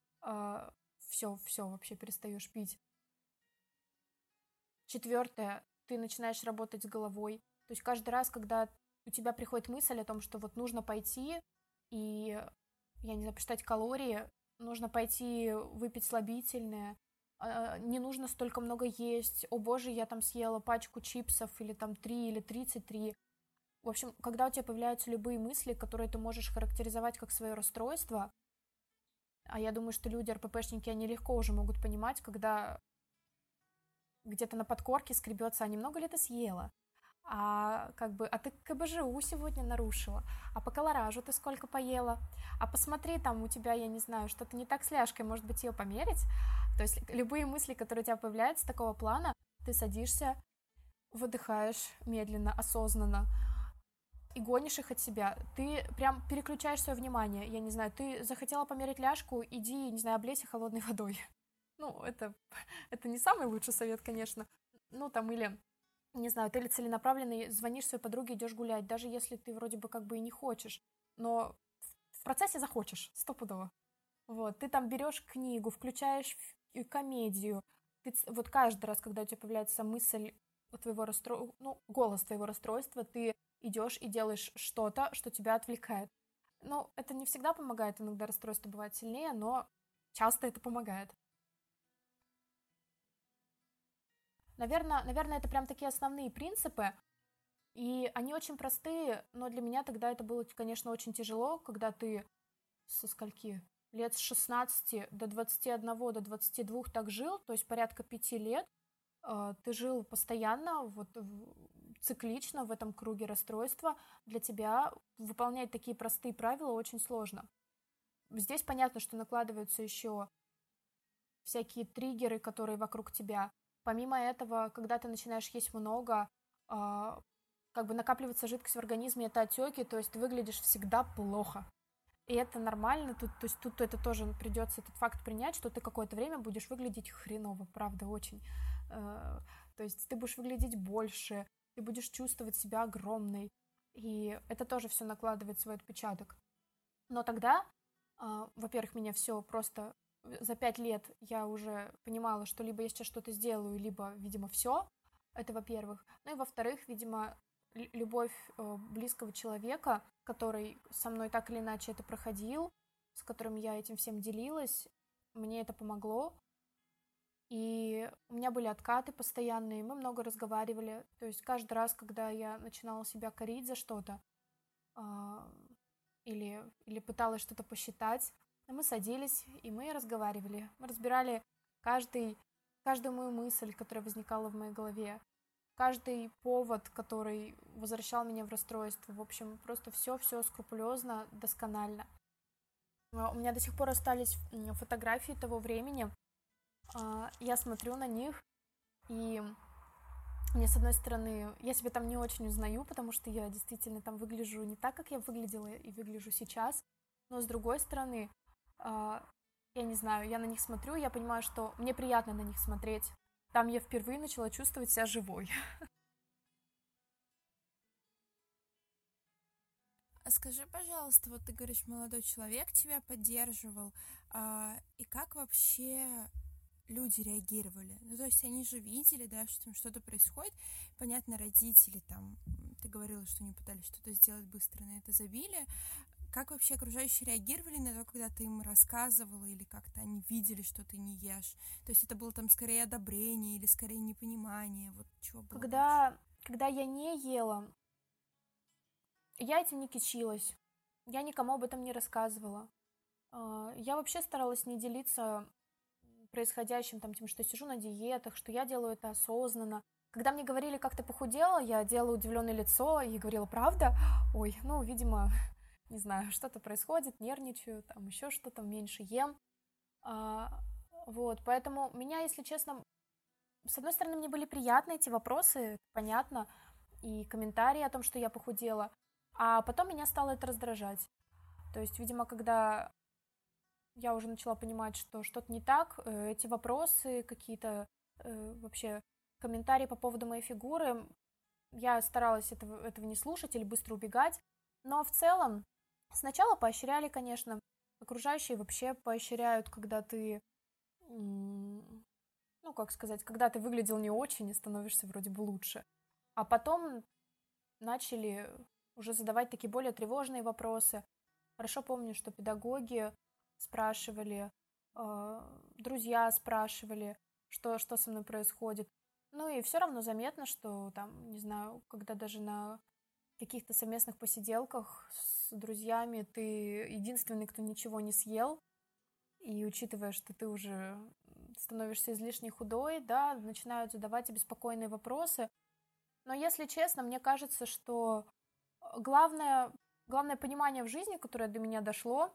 Все вообще перестаешь пить. Четвертое, ты начинаешь работать с головой. То есть каждый раз, когда у тебя приходит мысль о том, что вот нужно пойти и, я не знаю, посчитать калории, нужно пойти выпить слабительное, не нужно столько много есть, о боже, я там съела пачку чипсов, или там 3, или 33. В общем, когда у тебя появляются любые мысли, которые ты можешь характеризовать как свое расстройство, а я думаю, что люди, РППшники, они легко уже могут понимать, когда где-то на подкорке скребется, а немного ли ты съела? А ты КБЖУ сегодня нарушила, а по колоражу ты сколько поела, а посмотри, там у тебя, я не знаю, что-то не так с ляжкой, может быть, ее померить. То есть любые мысли, которые у тебя появляются такого плана, ты садишься, выдыхаешь медленно, осознанно и гонишь их от себя. Ты прям переключаешь свое внимание. Я не знаю, ты захотела померить ляжку, иди, не знаю, облейся холодной водой. Это не самый лучший совет, конечно. Или не знаю, ты целенаправленно звонишь своей подруге, идешь гулять, даже если ты вроде бы и не хочешь, но в процессе захочешь, стопудово. Вот, ты там берешь книгу, включаешь комедию, ты вот каждый раз, когда у тебя появляется мысль твоего голос твоего расстройства, ты идешь и делаешь что-то, что тебя отвлекает. Это не всегда помогает, иногда расстройство бывает сильнее, но часто это помогает. Наверное, это прям такие основные принципы, и они очень простые, но для меня тогда это было, конечно, очень тяжело, когда ты со скольки? Лет с 16 до 21, до 22 так жил, то есть порядка 5 лет ты жил постоянно, циклично в этом круге расстройства. Для тебя выполнять такие простые правила очень сложно. Здесь понятно, что накладываются еще всякие триггеры, которые вокруг тебя. Помимо этого, когда ты начинаешь есть много, как бы накапливается жидкость в организме, это отеки, то есть ты выглядишь всегда плохо. И это нормально, то есть тут это тоже придется этот факт принять, что ты какое-то время будешь выглядеть хреново, правда, очень. То есть ты будешь выглядеть больше, ты будешь чувствовать себя огромной, и это тоже все накладывает свой отпечаток. Но тогда, во-первых, меня все просто за 5 лет я уже понимала, что либо я сейчас что-то сделаю, либо, видимо, все. Это во-первых. Ну и во-вторых, видимо, любовь близкого человека, который со мной так или иначе это проходил, с которым я этим всем делилась, мне это помогло. И у меня были откаты постоянные, мы много разговаривали. То есть каждый раз, когда я начинала себя корить за что-то, или пыталась что-то посчитать, мы садились и мы разговаривали. Мы разбирали каждую мою мысль, которая возникала в моей голове, каждый повод, который возвращал меня в расстройство. В общем, просто все скрупулезно, досконально. У меня до сих пор остались фотографии того времени. Я смотрю на них, и мне, с одной стороны, я себя там не очень узнаю, потому что я действительно там выгляжу не так, как я выглядела и выгляжу сейчас. Но с другой стороны, я не знаю, я на них смотрю, я понимаю, что мне приятно на них смотреть. Там я впервые начала чувствовать себя живой. А скажи, пожалуйста, вот ты говоришь, молодой человек тебя поддерживал, и как вообще люди реагировали? Ну, то есть они же видели, да, что там что-то происходит. Понятно, родители там, ты говорила, что они пытались что-то сделать быстро, на это забили. Как вообще окружающие реагировали на то, когда ты им рассказывала, или как-то они видели, что ты не ешь? То есть это было там скорее одобрение или скорее непонимание? Вот чего было больше? Когда я не ела, я этим не кичилась. Я никому об этом не рассказывала. Я вообще старалась не делиться происходящим, там, тем, что я сижу на диетах, что я делаю это осознанно. Когда мне говорили, как ты похудела, я делала удивленное лицо и говорила, правда? Ой, ну, видимо, не знаю, что-то происходит, нервничаю, там еще что-то, меньше ем. Вот, поэтому меня, если честно, с одной стороны, мне были приятны эти вопросы, понятно, и комментарии о том, что я похудела, а потом меня стало это раздражать. То есть, видимо, когда я уже начала понимать, что что-то не так, эти вопросы, какие-то вообще комментарии по поводу моей фигуры, я старалась этого не слушать или быстро убегать. Но в целом сначала поощряли, конечно, окружающие вообще поощряют, когда ты, ну, как сказать, когда ты выглядел не очень и становишься вроде бы лучше. А потом начали уже задавать такие более тревожные вопросы. Хорошо помню, что педагоги спрашивали, друзья спрашивали, что со мной происходит. Ну и все равно заметно, что там, не знаю, когда даже на каких-то совместных посиделках с друзьями ты единственный, кто ничего не съел, и учитывая, что ты уже становишься излишне худой, да, начинают задавать беспокойные вопросы. Но если честно, мне кажется, что главное понимание в жизни, которое до меня дошло,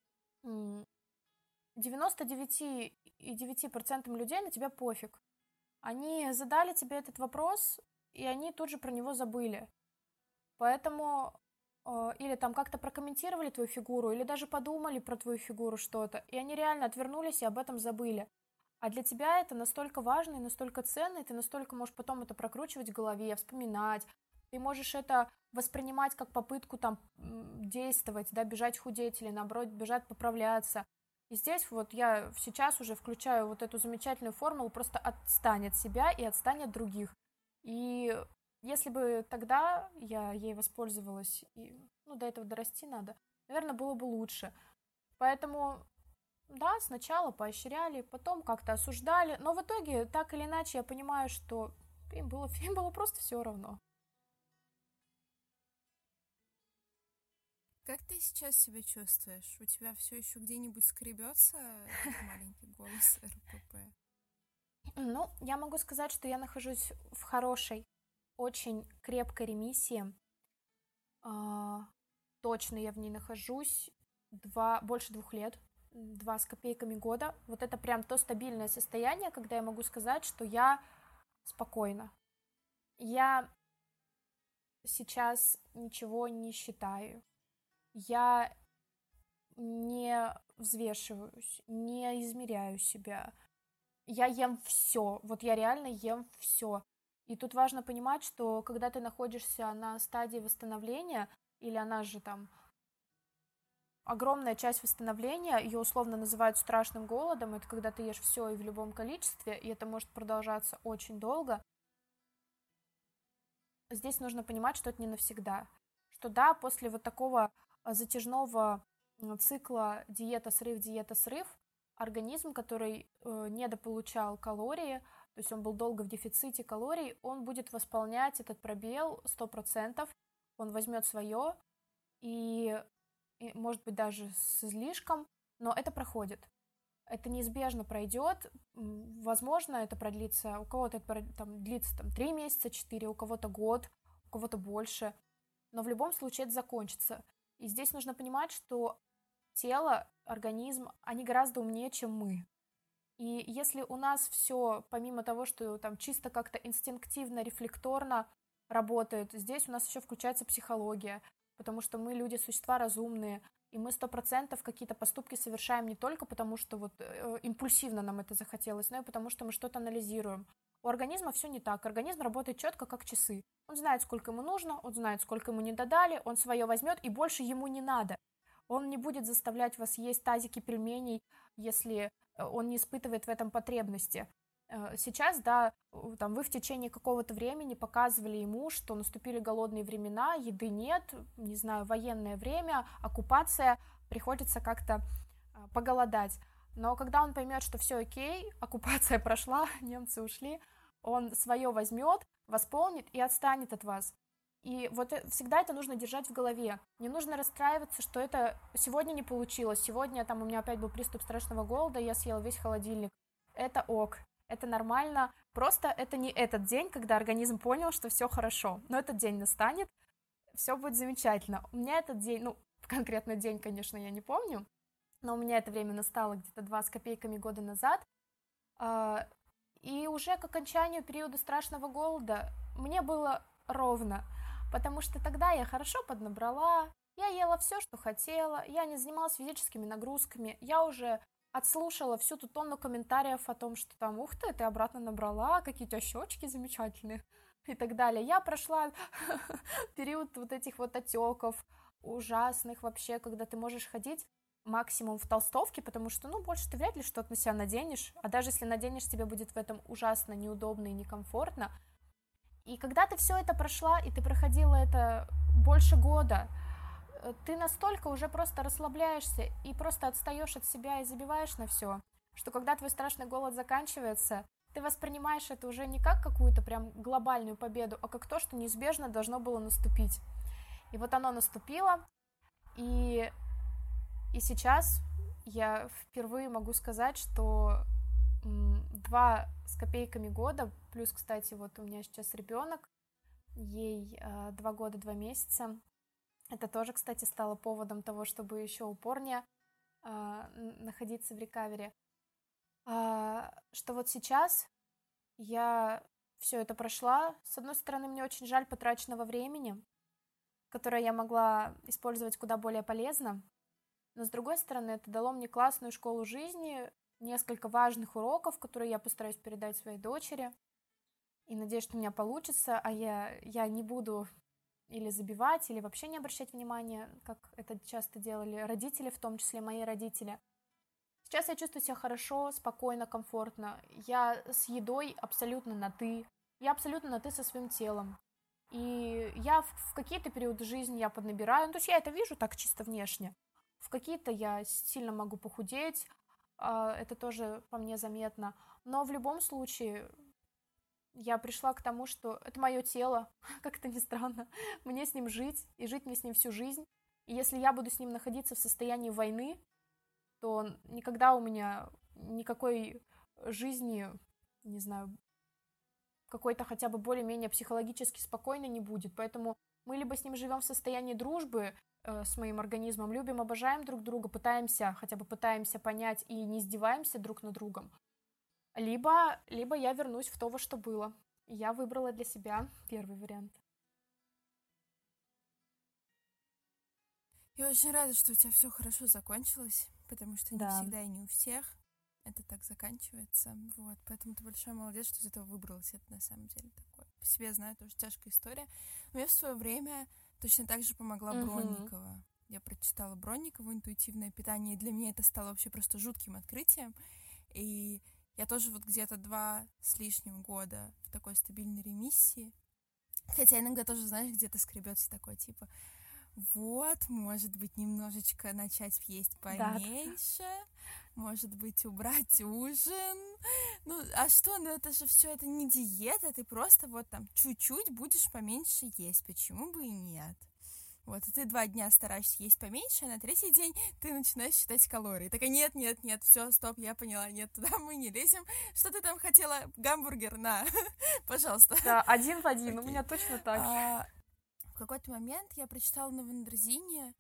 99,9% людей на тебя пофиг. Они задали тебе этот вопрос, и они тут же про него забыли. Поэтому или там как-то прокомментировали твою фигуру, или даже подумали про твою фигуру что-то, и они реально отвернулись и об этом забыли. А для тебя это настолько важно и настолько ценно, и ты настолько можешь потом это прокручивать в голове, вспоминать. Ты можешь это воспринимать как попытку там действовать, да, бежать худеть или наоборот бежать поправляться. И здесь вот я сейчас уже включаю вот эту замечательную формулу просто отстань от себя и отстань от других. И если бы тогда я ей воспользовалась, и, ну, до этого дорасти надо, наверное, было бы лучше. Поэтому, да, сначала поощряли, потом как-то осуждали, но в итоге, так или иначе, я понимаю, что им было просто все равно. Как ты сейчас себя чувствуешь? У тебя все еще где-нибудь скребется этот маленький голос РПП? Ну, я могу сказать, что я нахожусь в хорошей, очень крепкой ремиссии. Точно я в ней нахожусь больше 2 лет, 2 с копейками года. Вот это прям то стабильное состояние, когда я могу сказать, что я спокойно. Я сейчас ничего не считаю. Я не взвешиваюсь, не измеряю себя. Я ем все. Вот я реально ем все. И тут важно понимать, что когда ты находишься на стадии восстановления, или она же там огромная часть восстановления, ее условно называют страшным голодом, это когда ты ешь все и в любом количестве, и это может продолжаться очень долго. Здесь нужно понимать, что это не навсегда. Что да, после вот такого затяжного цикла диета-срыв, организм, который недополучал калории, то есть он был долго в дефиците калорий, он будет восполнять этот пробел 100%, он возьмет свое, и может быть даже с излишком, но это проходит. Это неизбежно пройдет, возможно, это продлится, у кого-то это длится 3 месяца, 4, у кого-то год, у кого-то больше, но в любом случае это закончится. И здесь нужно понимать, что тело, организм, они гораздо умнее, чем мы. И если у нас все, помимо того, что там чисто как-то инстинктивно, рефлекторно работает, здесь у нас еще включается психология, потому что мы люди, существа разумные, и мы 100% какие-то поступки совершаем не только потому, что вот импульсивно нам это захотелось, но и потому, что мы что-то анализируем. У организма все не так. Организм работает четко, как часы. Он знает, сколько ему нужно, он знает, сколько ему не додали, он свое возьмет, и больше ему не надо. Он не будет заставлять вас есть тазики пельменей, если он не испытывает в этом потребности. Сейчас, да, там вы в течение какого-то времени показывали ему, что наступили голодные времена, еды нет, не знаю, военное время, оккупация, приходится как-то поголодать. Но когда он поймет, что все окей, оккупация прошла, немцы ушли, он свое возьмет, восполнит и отстанет от вас. И вот всегда это нужно держать в голове. Не нужно расстраиваться, что это сегодня не получилось. Сегодня там у меня опять был приступ страшного голода, я съел весь холодильник. Это ок, это нормально. Просто это не этот день, когда организм понял, что все хорошо. Но этот день настанет, все будет замечательно. У меня этот день, конкретно день, конечно, я не помню, но у меня это время настало где-то 2 с копейками года назад. И уже к окончанию периода страшного голода мне было ровно. Потому что тогда я хорошо поднабрала, я ела все, что хотела, я не занималась физическими нагрузками, я уже отслушала всю ту тонну комментариев о том, что там, ух ты обратно набрала, какие у тебя щечки замечательные и так далее. Я прошла период вот этих вот отеков ужасных вообще, когда ты можешь ходить максимум в толстовке, потому что, больше ты вряд ли что-то на себя наденешь, а даже если наденешь, тебе будет в этом ужасно неудобно и некомфортно. И когда ты все это прошла, и ты проходила это больше года, ты настолько уже просто расслабляешься и просто отстаешь от себя и забиваешь на все, что когда твой страшный голод заканчивается, ты воспринимаешь это уже не как какую-то прям глобальную победу, а как то, что неизбежно должно было наступить. И вот оно наступило, и сейчас я впервые могу сказать, что 2 с копейками года, плюс, кстати, вот у меня сейчас ребенок, ей 2 года, 2 месяца. Это тоже, кстати, стало поводом того, чтобы еще упорнее находиться в рекавере. Что вот сейчас я все это прошла. С одной стороны, мне очень жаль потраченного времени, которое я могла использовать куда более полезно, но с другой стороны, это дало мне классную школу жизни, несколько важных уроков, которые я постараюсь передать своей дочери. И надеюсь, что у меня получится, а я не буду или забивать, или вообще не обращать внимания, как это часто делали родители, в том числе мои родители. Сейчас я чувствую себя хорошо, спокойно, комфортно. Я с едой абсолютно на «ты». Я абсолютно на «ты» со своим телом. И я в какие-то периоды жизни я поднабираю. То есть я это вижу так чисто внешне. В какие-то я сильно могу похудеть. Это тоже по мне заметно. Но в любом случае я пришла к тому, что это мое тело, как это ни странно. Мне с ним жить, и жить мне с ним всю жизнь. И если я буду с ним находиться в состоянии войны, то никогда у меня никакой жизни, не знаю, какой-то хотя бы более-менее психологически спокойной не будет. Поэтому мы либо с ним живем в состоянии дружбы с моим организмом, любим, обожаем друг друга, хотя бы пытаемся понять и не издеваемся друг над другом, либо я вернусь в то, во что было. Я выбрала для себя первый вариант. Я очень рада, что у тебя все хорошо закончилось, потому что не всегда и не у всех это так заканчивается. Вот, поэтому ты большой молодец, что из этого выбралась. Это на самом деле такое. По себе знаю, тоже тяжкая история. Но я в свое время точно так же помогла Бронникова. Я прочитала Бронникову «Интуитивное питание», и для меня это стало вообще просто жутким открытием. И я тоже вот где-то 2 с лишним года в такой стабильной ремиссии. Хотя иногда тоже, знаешь, где-то скребется такой, типа, вот, может быть, немножечко начать есть поменьше, может быть, убрать ужин. Ну, а что, ну это же все, это не диета, ты просто вот там чуть-чуть будешь поменьше есть, почему бы и нет? Вот, и ты 2 дня стараешься есть поменьше, а на 3-й день ты начинаешь считать калории. Такая, нет, все, стоп, я поняла, нет, туда мы не лезем. Что ты там хотела? Гамбургер, на, пожалуйста. Да, 1 в 1, у меня точно так же. В какой-то момент я прочитала на Вандерзине,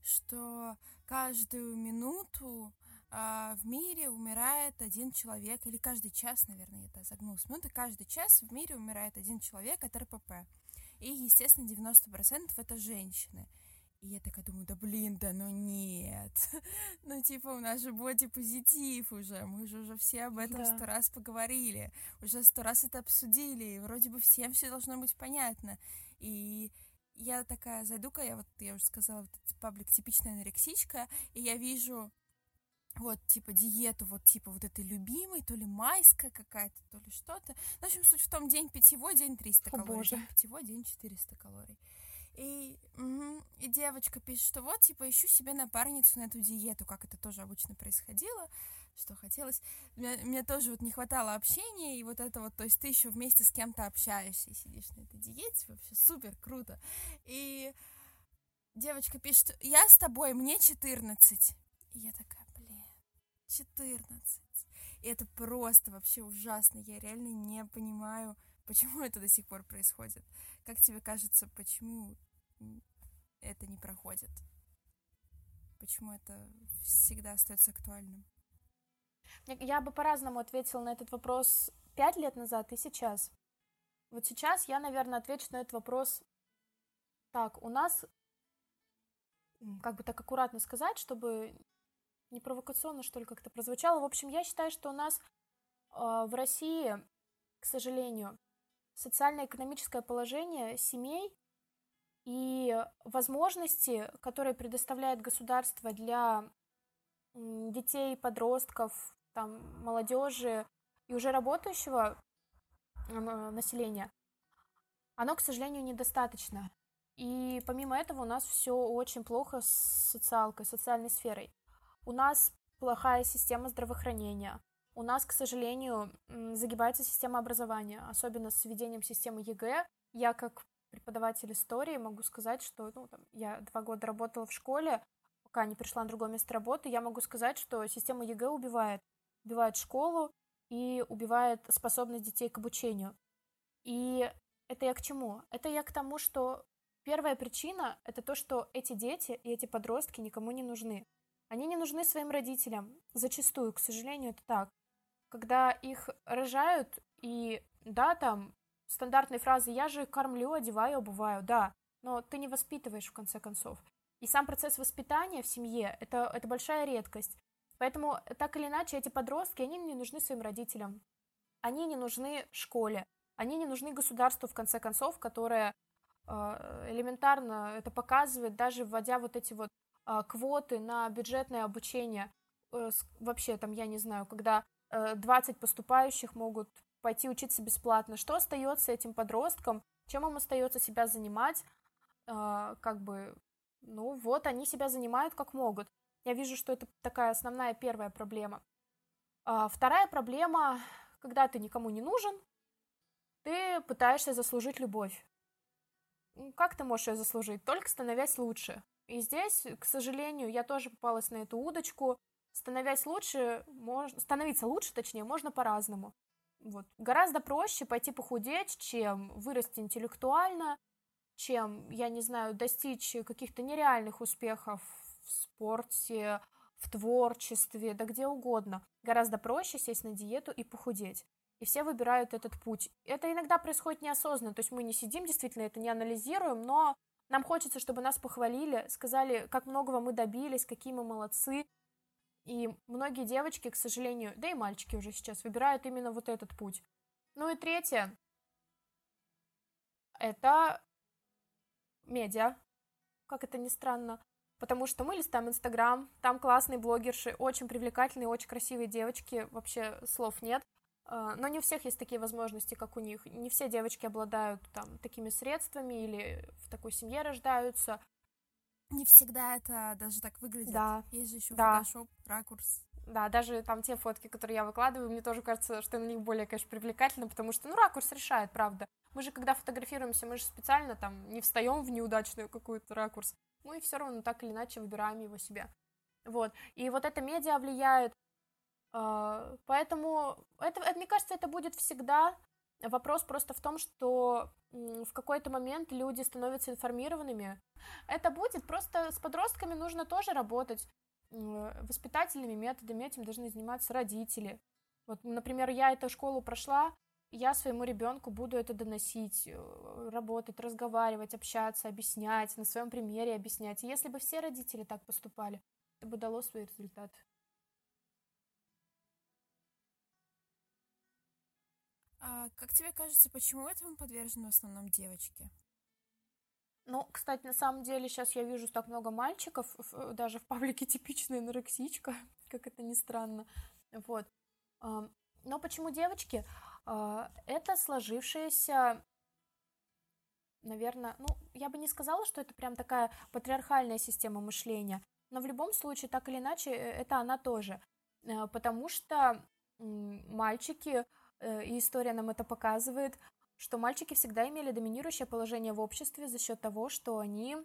что каждую минуту в мире умирает 1 человек, или каждый час, наверное, я это загнула с минуты, каждый час в мире умирает 1 человек от РПП. И, естественно, 90% это женщины. И я такая думаю, да блин, да ну нет. Ну типа у нас же бодипозитив уже, мы же уже все об этом 100 раз поговорили, уже 100 раз это обсудили, и вроде бы всем все должно быть понятно. И я такая зайду-ка, я уже сказала, вот этот паблик «Типичная анорексичка», и я вижу вот, типа, диету, вот, типа, вот этой любимой, то ли майская какая-то, то ли что-то. В общем, суть в том, день питьевой, день 300 калорий, день питьевой, день 400 калорий. И девочка пишет, что вот, типа, ищу себе напарницу на эту диету, как это тоже обычно происходило, что хотелось. Мне тоже вот не хватало общения, и вот это вот, то есть ты еще вместе с кем-то общаешься и сидишь на этой диете, вообще супер круто. И девочка пишет, я с тобой, мне 14. И я такая, 14. И это просто вообще ужасно. Я реально не понимаю, почему это до сих пор происходит. Как тебе кажется, почему это не проходит? Почему это всегда остается актуальным? Я бы по-разному ответила на этот вопрос 5 лет назад и сейчас. Вот сейчас я, наверное, отвечу на этот вопрос так. У нас, как бы так аккуратно сказать, чтобы не провокационно, что ли, как-то прозвучало. В общем, я считаю, что у нас в России, к сожалению, социально-экономическое положение семей и возможности, которые предоставляет государство для детей, подростков, там, молодежи и уже работающего населения, оно, к сожалению, недостаточно. И помимо этого у нас все очень плохо с социалкой, социальной сферой. У нас плохая система здравоохранения. У нас, к сожалению, загибается система образования, особенно с введением системы ЕГЭ. Я, как преподаватель истории, могу сказать, что я 2 года работала в школе, пока не пришла на другое место работы. Я могу сказать, что система ЕГЭ убивает школу и убивает способность детей к обучению. И это я к чему? Это я к тому, что первая причина – это то, что эти дети и эти подростки никому не нужны. Они не нужны своим родителям. Зачастую, к сожалению, это так. Когда их рожают, и да, там стандартные фразы «я же кормлю, одеваю, обуваю», да, но ты не воспитываешь в конце концов. И сам процесс воспитания в семье – это большая редкость. Поэтому, так или иначе, эти подростки, они не нужны своим родителям. Они не нужны школе. Они не нужны государству, в конце концов, которое элементарно это показывает, даже вводя вот эти вот квоты на бюджетное обучение. Вообще, там, я не знаю, когда 20 поступающих могут пойти учиться бесплатно. Что остается этим подросткам? Чем им остается себя занимать? Они себя занимают как могут. Я вижу, что это такая основная первая проблема. Вторая проблема, когда ты никому не нужен, ты пытаешься заслужить любовь. Как ты можешь ее заслужить? Только становясь лучше. И здесь, к сожалению, я тоже попалась на эту удочку. Становиться лучше, можно по-разному. Вот. Гораздо проще пойти похудеть, чем вырасти интеллектуально, чем, я не знаю, достичь каких-то нереальных успехов в спорте, в творчестве, да где угодно. Гораздо проще сесть на диету и похудеть. И все выбирают этот путь. Это иногда происходит неосознанно, то есть мы не сидим, действительно, это не анализируем, но нам хочется, чтобы нас похвалили, сказали, как многого мы добились, какие мы молодцы. И многие девочки, к сожалению, да и мальчики уже сейчас выбирают именно вот этот путь. Ну и третье, это медиа, как это ни странно. Потому что мы листаем Инстаграм, там классные блогерши, очень привлекательные, очень красивые девочки, вообще слов нет. Но не у всех есть такие возможности, как у них. Не все девочки обладают там такими средствами или в такой семье рождаются. Не всегда это даже так выглядит. Да, Есть же еще да. фотошоп, ракурс. Да, даже там те фотки, которые я выкладываю, мне тоже кажется, что на них более, конечно, привлекательно, потому что, ну, ракурс решает, правда. Мы же, когда фотографируемся, мы же специально там не встаем в неудачную какую-то ракурс. Мы все равно так или иначе выбираем его себе. Вот. И вот это медиа влияет. Поэтому, мне кажется, это будет всегда. Вопрос просто в том, что в какой-то момент люди становятся информированными. Это будет, просто с подростками нужно тоже работать. Воспитательными методами этим должны заниматься родители. Вот, например, я эту школу прошла, я своему ребенку буду это доносить, работать, разговаривать, общаться, объяснять, на своем примере объяснять. И если бы все родители так поступали, это бы дало свои результаты. А как тебе кажется, почему этому подвержены в основном девочки? Ну, кстати, на самом деле сейчас я вижу так много мальчиков, даже в паблике типичная анорексичка, как это ни странно. Вот. Но почему девочки? Это сложившаяся, наверное, ну, я бы не сказала, что это прям такая патриархальная система мышления, но в любом случае, так или иначе, это она тоже. Потому что мальчики, и история нам это показывает, что мальчики всегда имели доминирующее положение в обществе за счет того, что они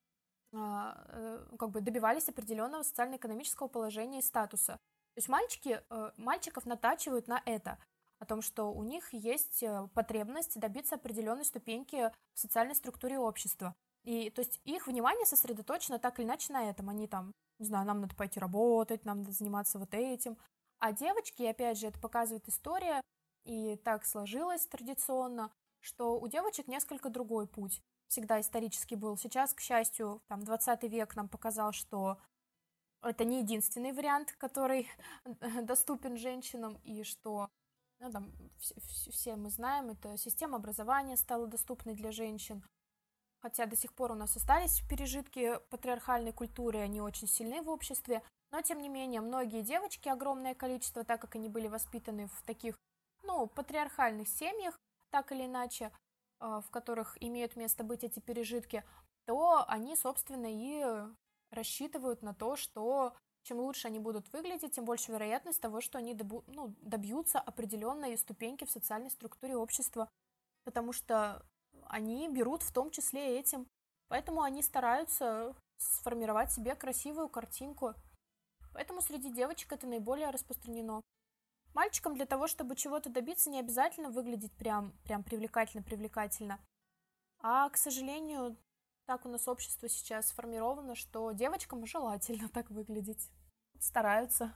как бы добивались определенного социально-экономического положения и статуса. То есть мальчиков натачивают на это, о том, что у них есть потребность добиться определенной ступеньки в социальной структуре общества. И то есть их внимание сосредоточено так или иначе на этом. Они там, не знаю, нам надо пойти работать, нам надо заниматься вот этим. А девочки, опять же, это показывает история, и так сложилось традиционно, что у девочек несколько другой путь. Всегда исторически был. Сейчас, к счастью, там 20 век нам показал, что это не единственный вариант, который доступен женщинам, и что, ну, там, все мы знаем, это система образования стала доступной для женщин. Хотя до сих пор у нас остались пережитки патриархальной культуры, они очень сильны в обществе, но тем не менее многие девочки, огромное количество, так как они были воспитаны в таких, ну, патриархальных семьях, так или иначе, в которых имеют место быть эти пережитки, то они, собственно, и рассчитывают на то, что чем лучше они будут выглядеть, тем больше вероятность того, что они добьются определенной ступеньки в социальной структуре общества, потому что они берут в том числе этим. Поэтому они стараются сформировать себе красивую картинку. Поэтому среди девочек это наиболее распространено. Мальчикам для того, чтобы чего-то добиться, не обязательно выглядеть прям привлекательно. А, к сожалению, так у нас общество сейчас сформировано, что девочкам желательно так выглядеть. Стараются.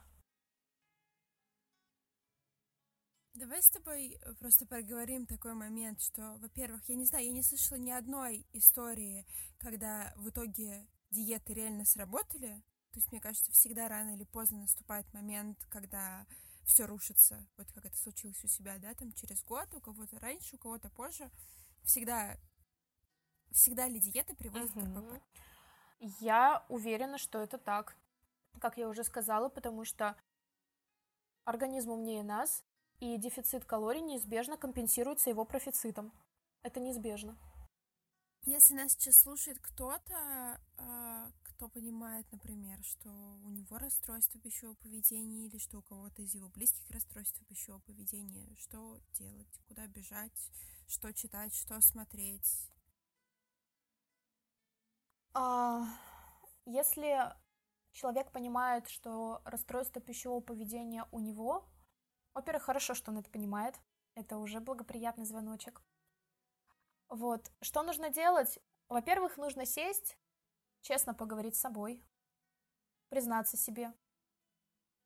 Давай с тобой просто проговорим такой момент, что, во-первых, я не знаю, я не слышала ни одной истории, когда в итоге диеты реально сработали. То есть, мне кажется, всегда рано или поздно наступает момент, когда все рушится, вот как это случилось у себя, да, там через год, у кого-то раньше, у кого-то позже. Всегда ли диета приводит к КПП? Я уверена, что это так, как я уже сказала, потому что организм умнее нас, и дефицит калорий неизбежно компенсируется его профицитом. Это неизбежно. Если нас сейчас слушает кто-то, кто понимает, например, что у него расстройство пищевого поведения или что у кого-то из его близких расстройство пищевого поведения, что делать, куда бежать, что читать, что смотреть? Если человек понимает, что расстройство пищевого поведения у него, во-первых, хорошо, что он это понимает, это уже благоприятный звоночек. Вот, что нужно делать? Во-первых, нужно сесть, честно поговорить с собой, признаться себе,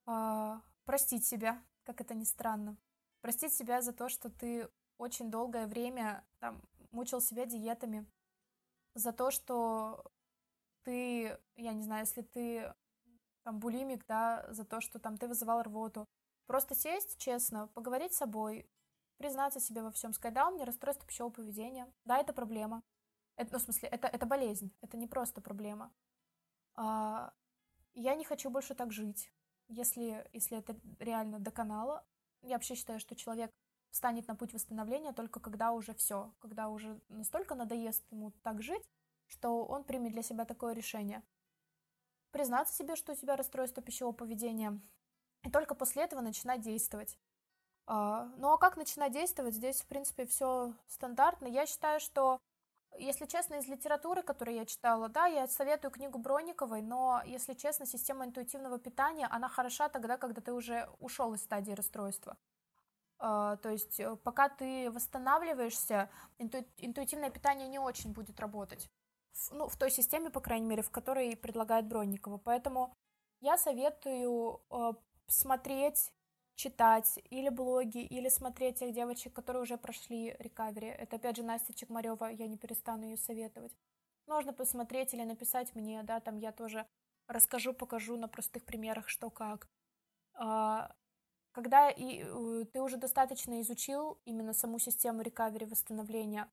простить себя, как это ни странно. Простить себя за то, что ты очень долгое время там мучил себя диетами, за то, что ты, я не знаю, если ты там булимик, да, за то, что там ты вызывал рвоту. Просто сесть, честно, поговорить с собой, признаться себе во всем, сказать, да, у меня расстройство пищевого поведения, да, это проблема. Это, ну, в смысле, это болезнь, это не просто проблема. А, я не хочу больше так жить. Если это реально доконало, я вообще считаю, что человек встанет на путь восстановления только когда уже все, когда уже настолько надоест ему так жить, что он примет для себя такое решение. Признаться себе, что у тебя расстройство пищевого поведения, и только после этого начинать действовать. Ну а как начинать действовать? Здесь, в принципе, все стандартно. Я считаю, что, если честно, из литературы, которую я читала, да, я советую книгу Бронниковой, но, если честно, система интуитивного питания, она хороша тогда, когда ты уже ушел из стадии расстройства. То есть, пока ты восстанавливаешься, интуитивное питание не очень будет работать. В той системе, по крайней мере, в которой предлагает Бронникова. Поэтому я советую смотреть, читать или блоги, или смотреть тех девочек, которые уже прошли рекавери. Это, опять же, Настя Чекмарева, я не перестану ее советовать. Можно посмотреть или написать мне, да, там я тоже расскажу, покажу на простых примерах, что как. Когда ты уже достаточно изучил именно саму систему рекавери, восстановления,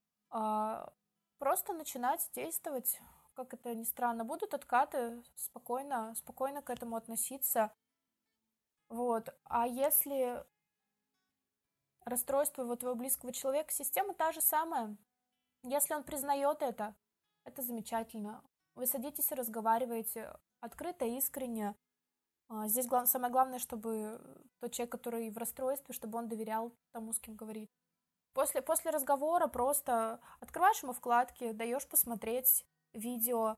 просто начинать действовать, как это ни странно. Будут откаты, спокойно к этому относиться. Вот. А если расстройство вот твоего близкого человека, система та же самая. Если он признает это замечательно. Вы садитесь и разговариваете открыто, искренне. Здесь самое главное, чтобы тот человек, который в расстройстве, чтобы он доверял тому, с кем говорит. После разговора просто открываешь ему вкладки, даешь посмотреть видео,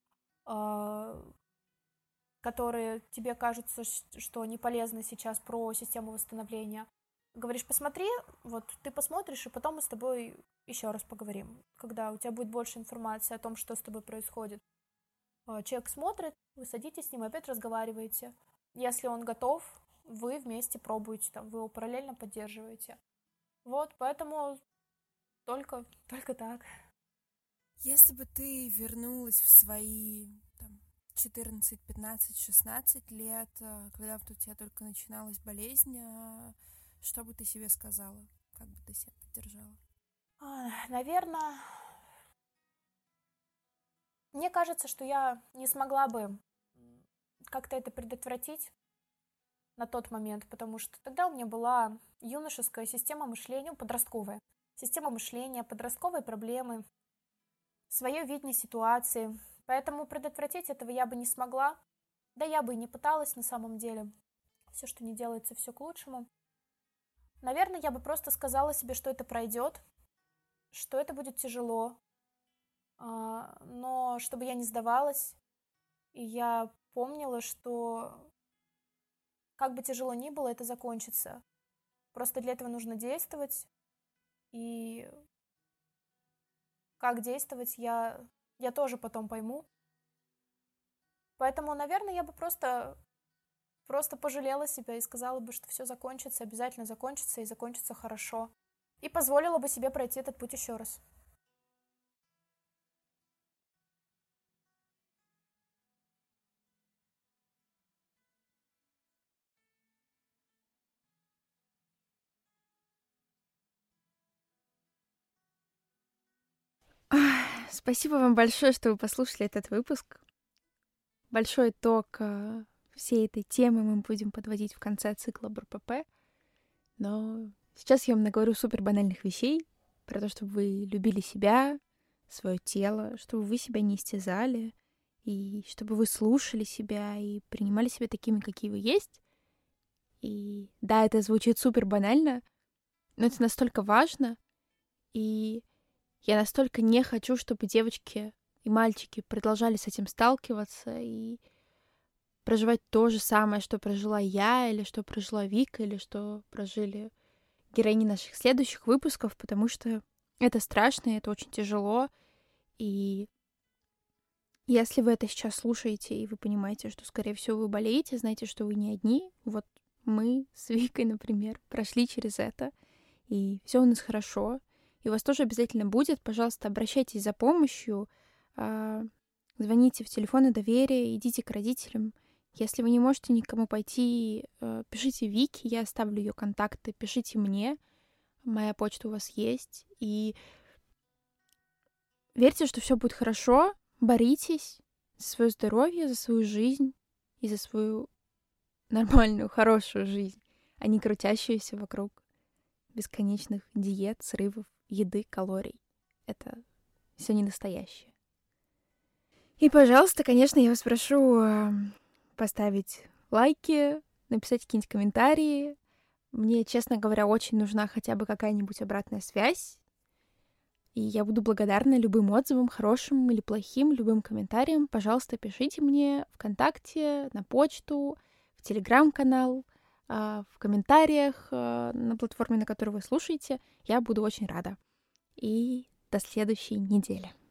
которые тебе кажутся, что не полезны сейчас, про систему восстановления. Говоришь, посмотри, вот ты посмотришь, и потом мы с тобой еще раз поговорим, когда у тебя будет больше информации о том, что с тобой происходит. Человек смотрит, вы садитесь с ним, опять разговариваете. Если он готов, вы вместе пробуете, там, вы его параллельно поддерживаете. Вот, поэтому только так. Если бы ты вернулась в свои 14, 15, 16 лет, когда у тебя только начиналась болезнь, что бы ты себе сказала? Как бы ты себя поддержала? Наверное, мне кажется, что я не смогла бы как-то это предотвратить на тот момент, потому что тогда у меня была юношеская система мышления, подростковая. Система мышления, подростковые проблемы, свое видение ситуации. Поэтому предотвратить этого я бы не смогла. Да я бы и не пыталась на самом деле. Все, что не делается, все к лучшему. Наверное, я бы просто сказала себе, что это пройдет, что это будет тяжело, но чтобы я не сдавалась, и я помнила, что как бы тяжело ни было, это закончится. Просто для этого нужно действовать, и как действовать, я тоже потом пойму. Поэтому, наверное, я бы просто пожалела себя и сказала бы, что все закончится, обязательно закончится, и закончится хорошо. И позволила бы себе пройти этот путь еще раз. Спасибо вам большое, что вы послушали этот выпуск. Большой итог всей этой темы мы будем подводить в конце цикла БРПП. Но сейчас я вам наговорю супер банальных вещей про то, чтобы вы любили себя, свое тело, чтобы вы себя не истязали, и чтобы вы слушали себя и принимали себя такими, какие вы есть. И да, это звучит супер банально, но это настолько важно, и я настолько не хочу, чтобы девочки и мальчики продолжали с этим сталкиваться и проживать то же самое, что прожила я, или что прожила Вика, или что прожили героини наших следующих выпусков, потому что это страшно, и это очень тяжело, и Если вы это сейчас слушаете, и вы понимаете, что, скорее всего, вы болеете, знаете, что вы не одни. Вот мы с Викой, например, прошли через это, и все у нас хорошо. И у вас тоже обязательно будет. Пожалуйста, обращайтесь за помощью, звоните в телефоны доверия, идите к родителям. Если вы не можете никому пойти, пишите Вике, я оставлю ее контакты, пишите мне, моя почта у вас есть. И верьте, что все будет хорошо, боритесь за свое здоровье, за свою жизнь и за свою нормальную, хорошую жизнь, а не крутящуюся вокруг бесконечных диет, срывов, еды, калорий. Это все не настоящее. И, пожалуйста, конечно, я вас прошу поставить лайки, написать какие-нибудь комментарии. Мне, честно говоря, очень нужна хотя бы какая-нибудь обратная связь. И я буду благодарна любым отзывам, хорошим или плохим, любым комментариям. Пожалуйста, пишите мне ВКонтакте, на почту, в Телеграм-канал, в комментариях на платформе, на которой вы слушаете. Я буду очень рада. И до следующей недели.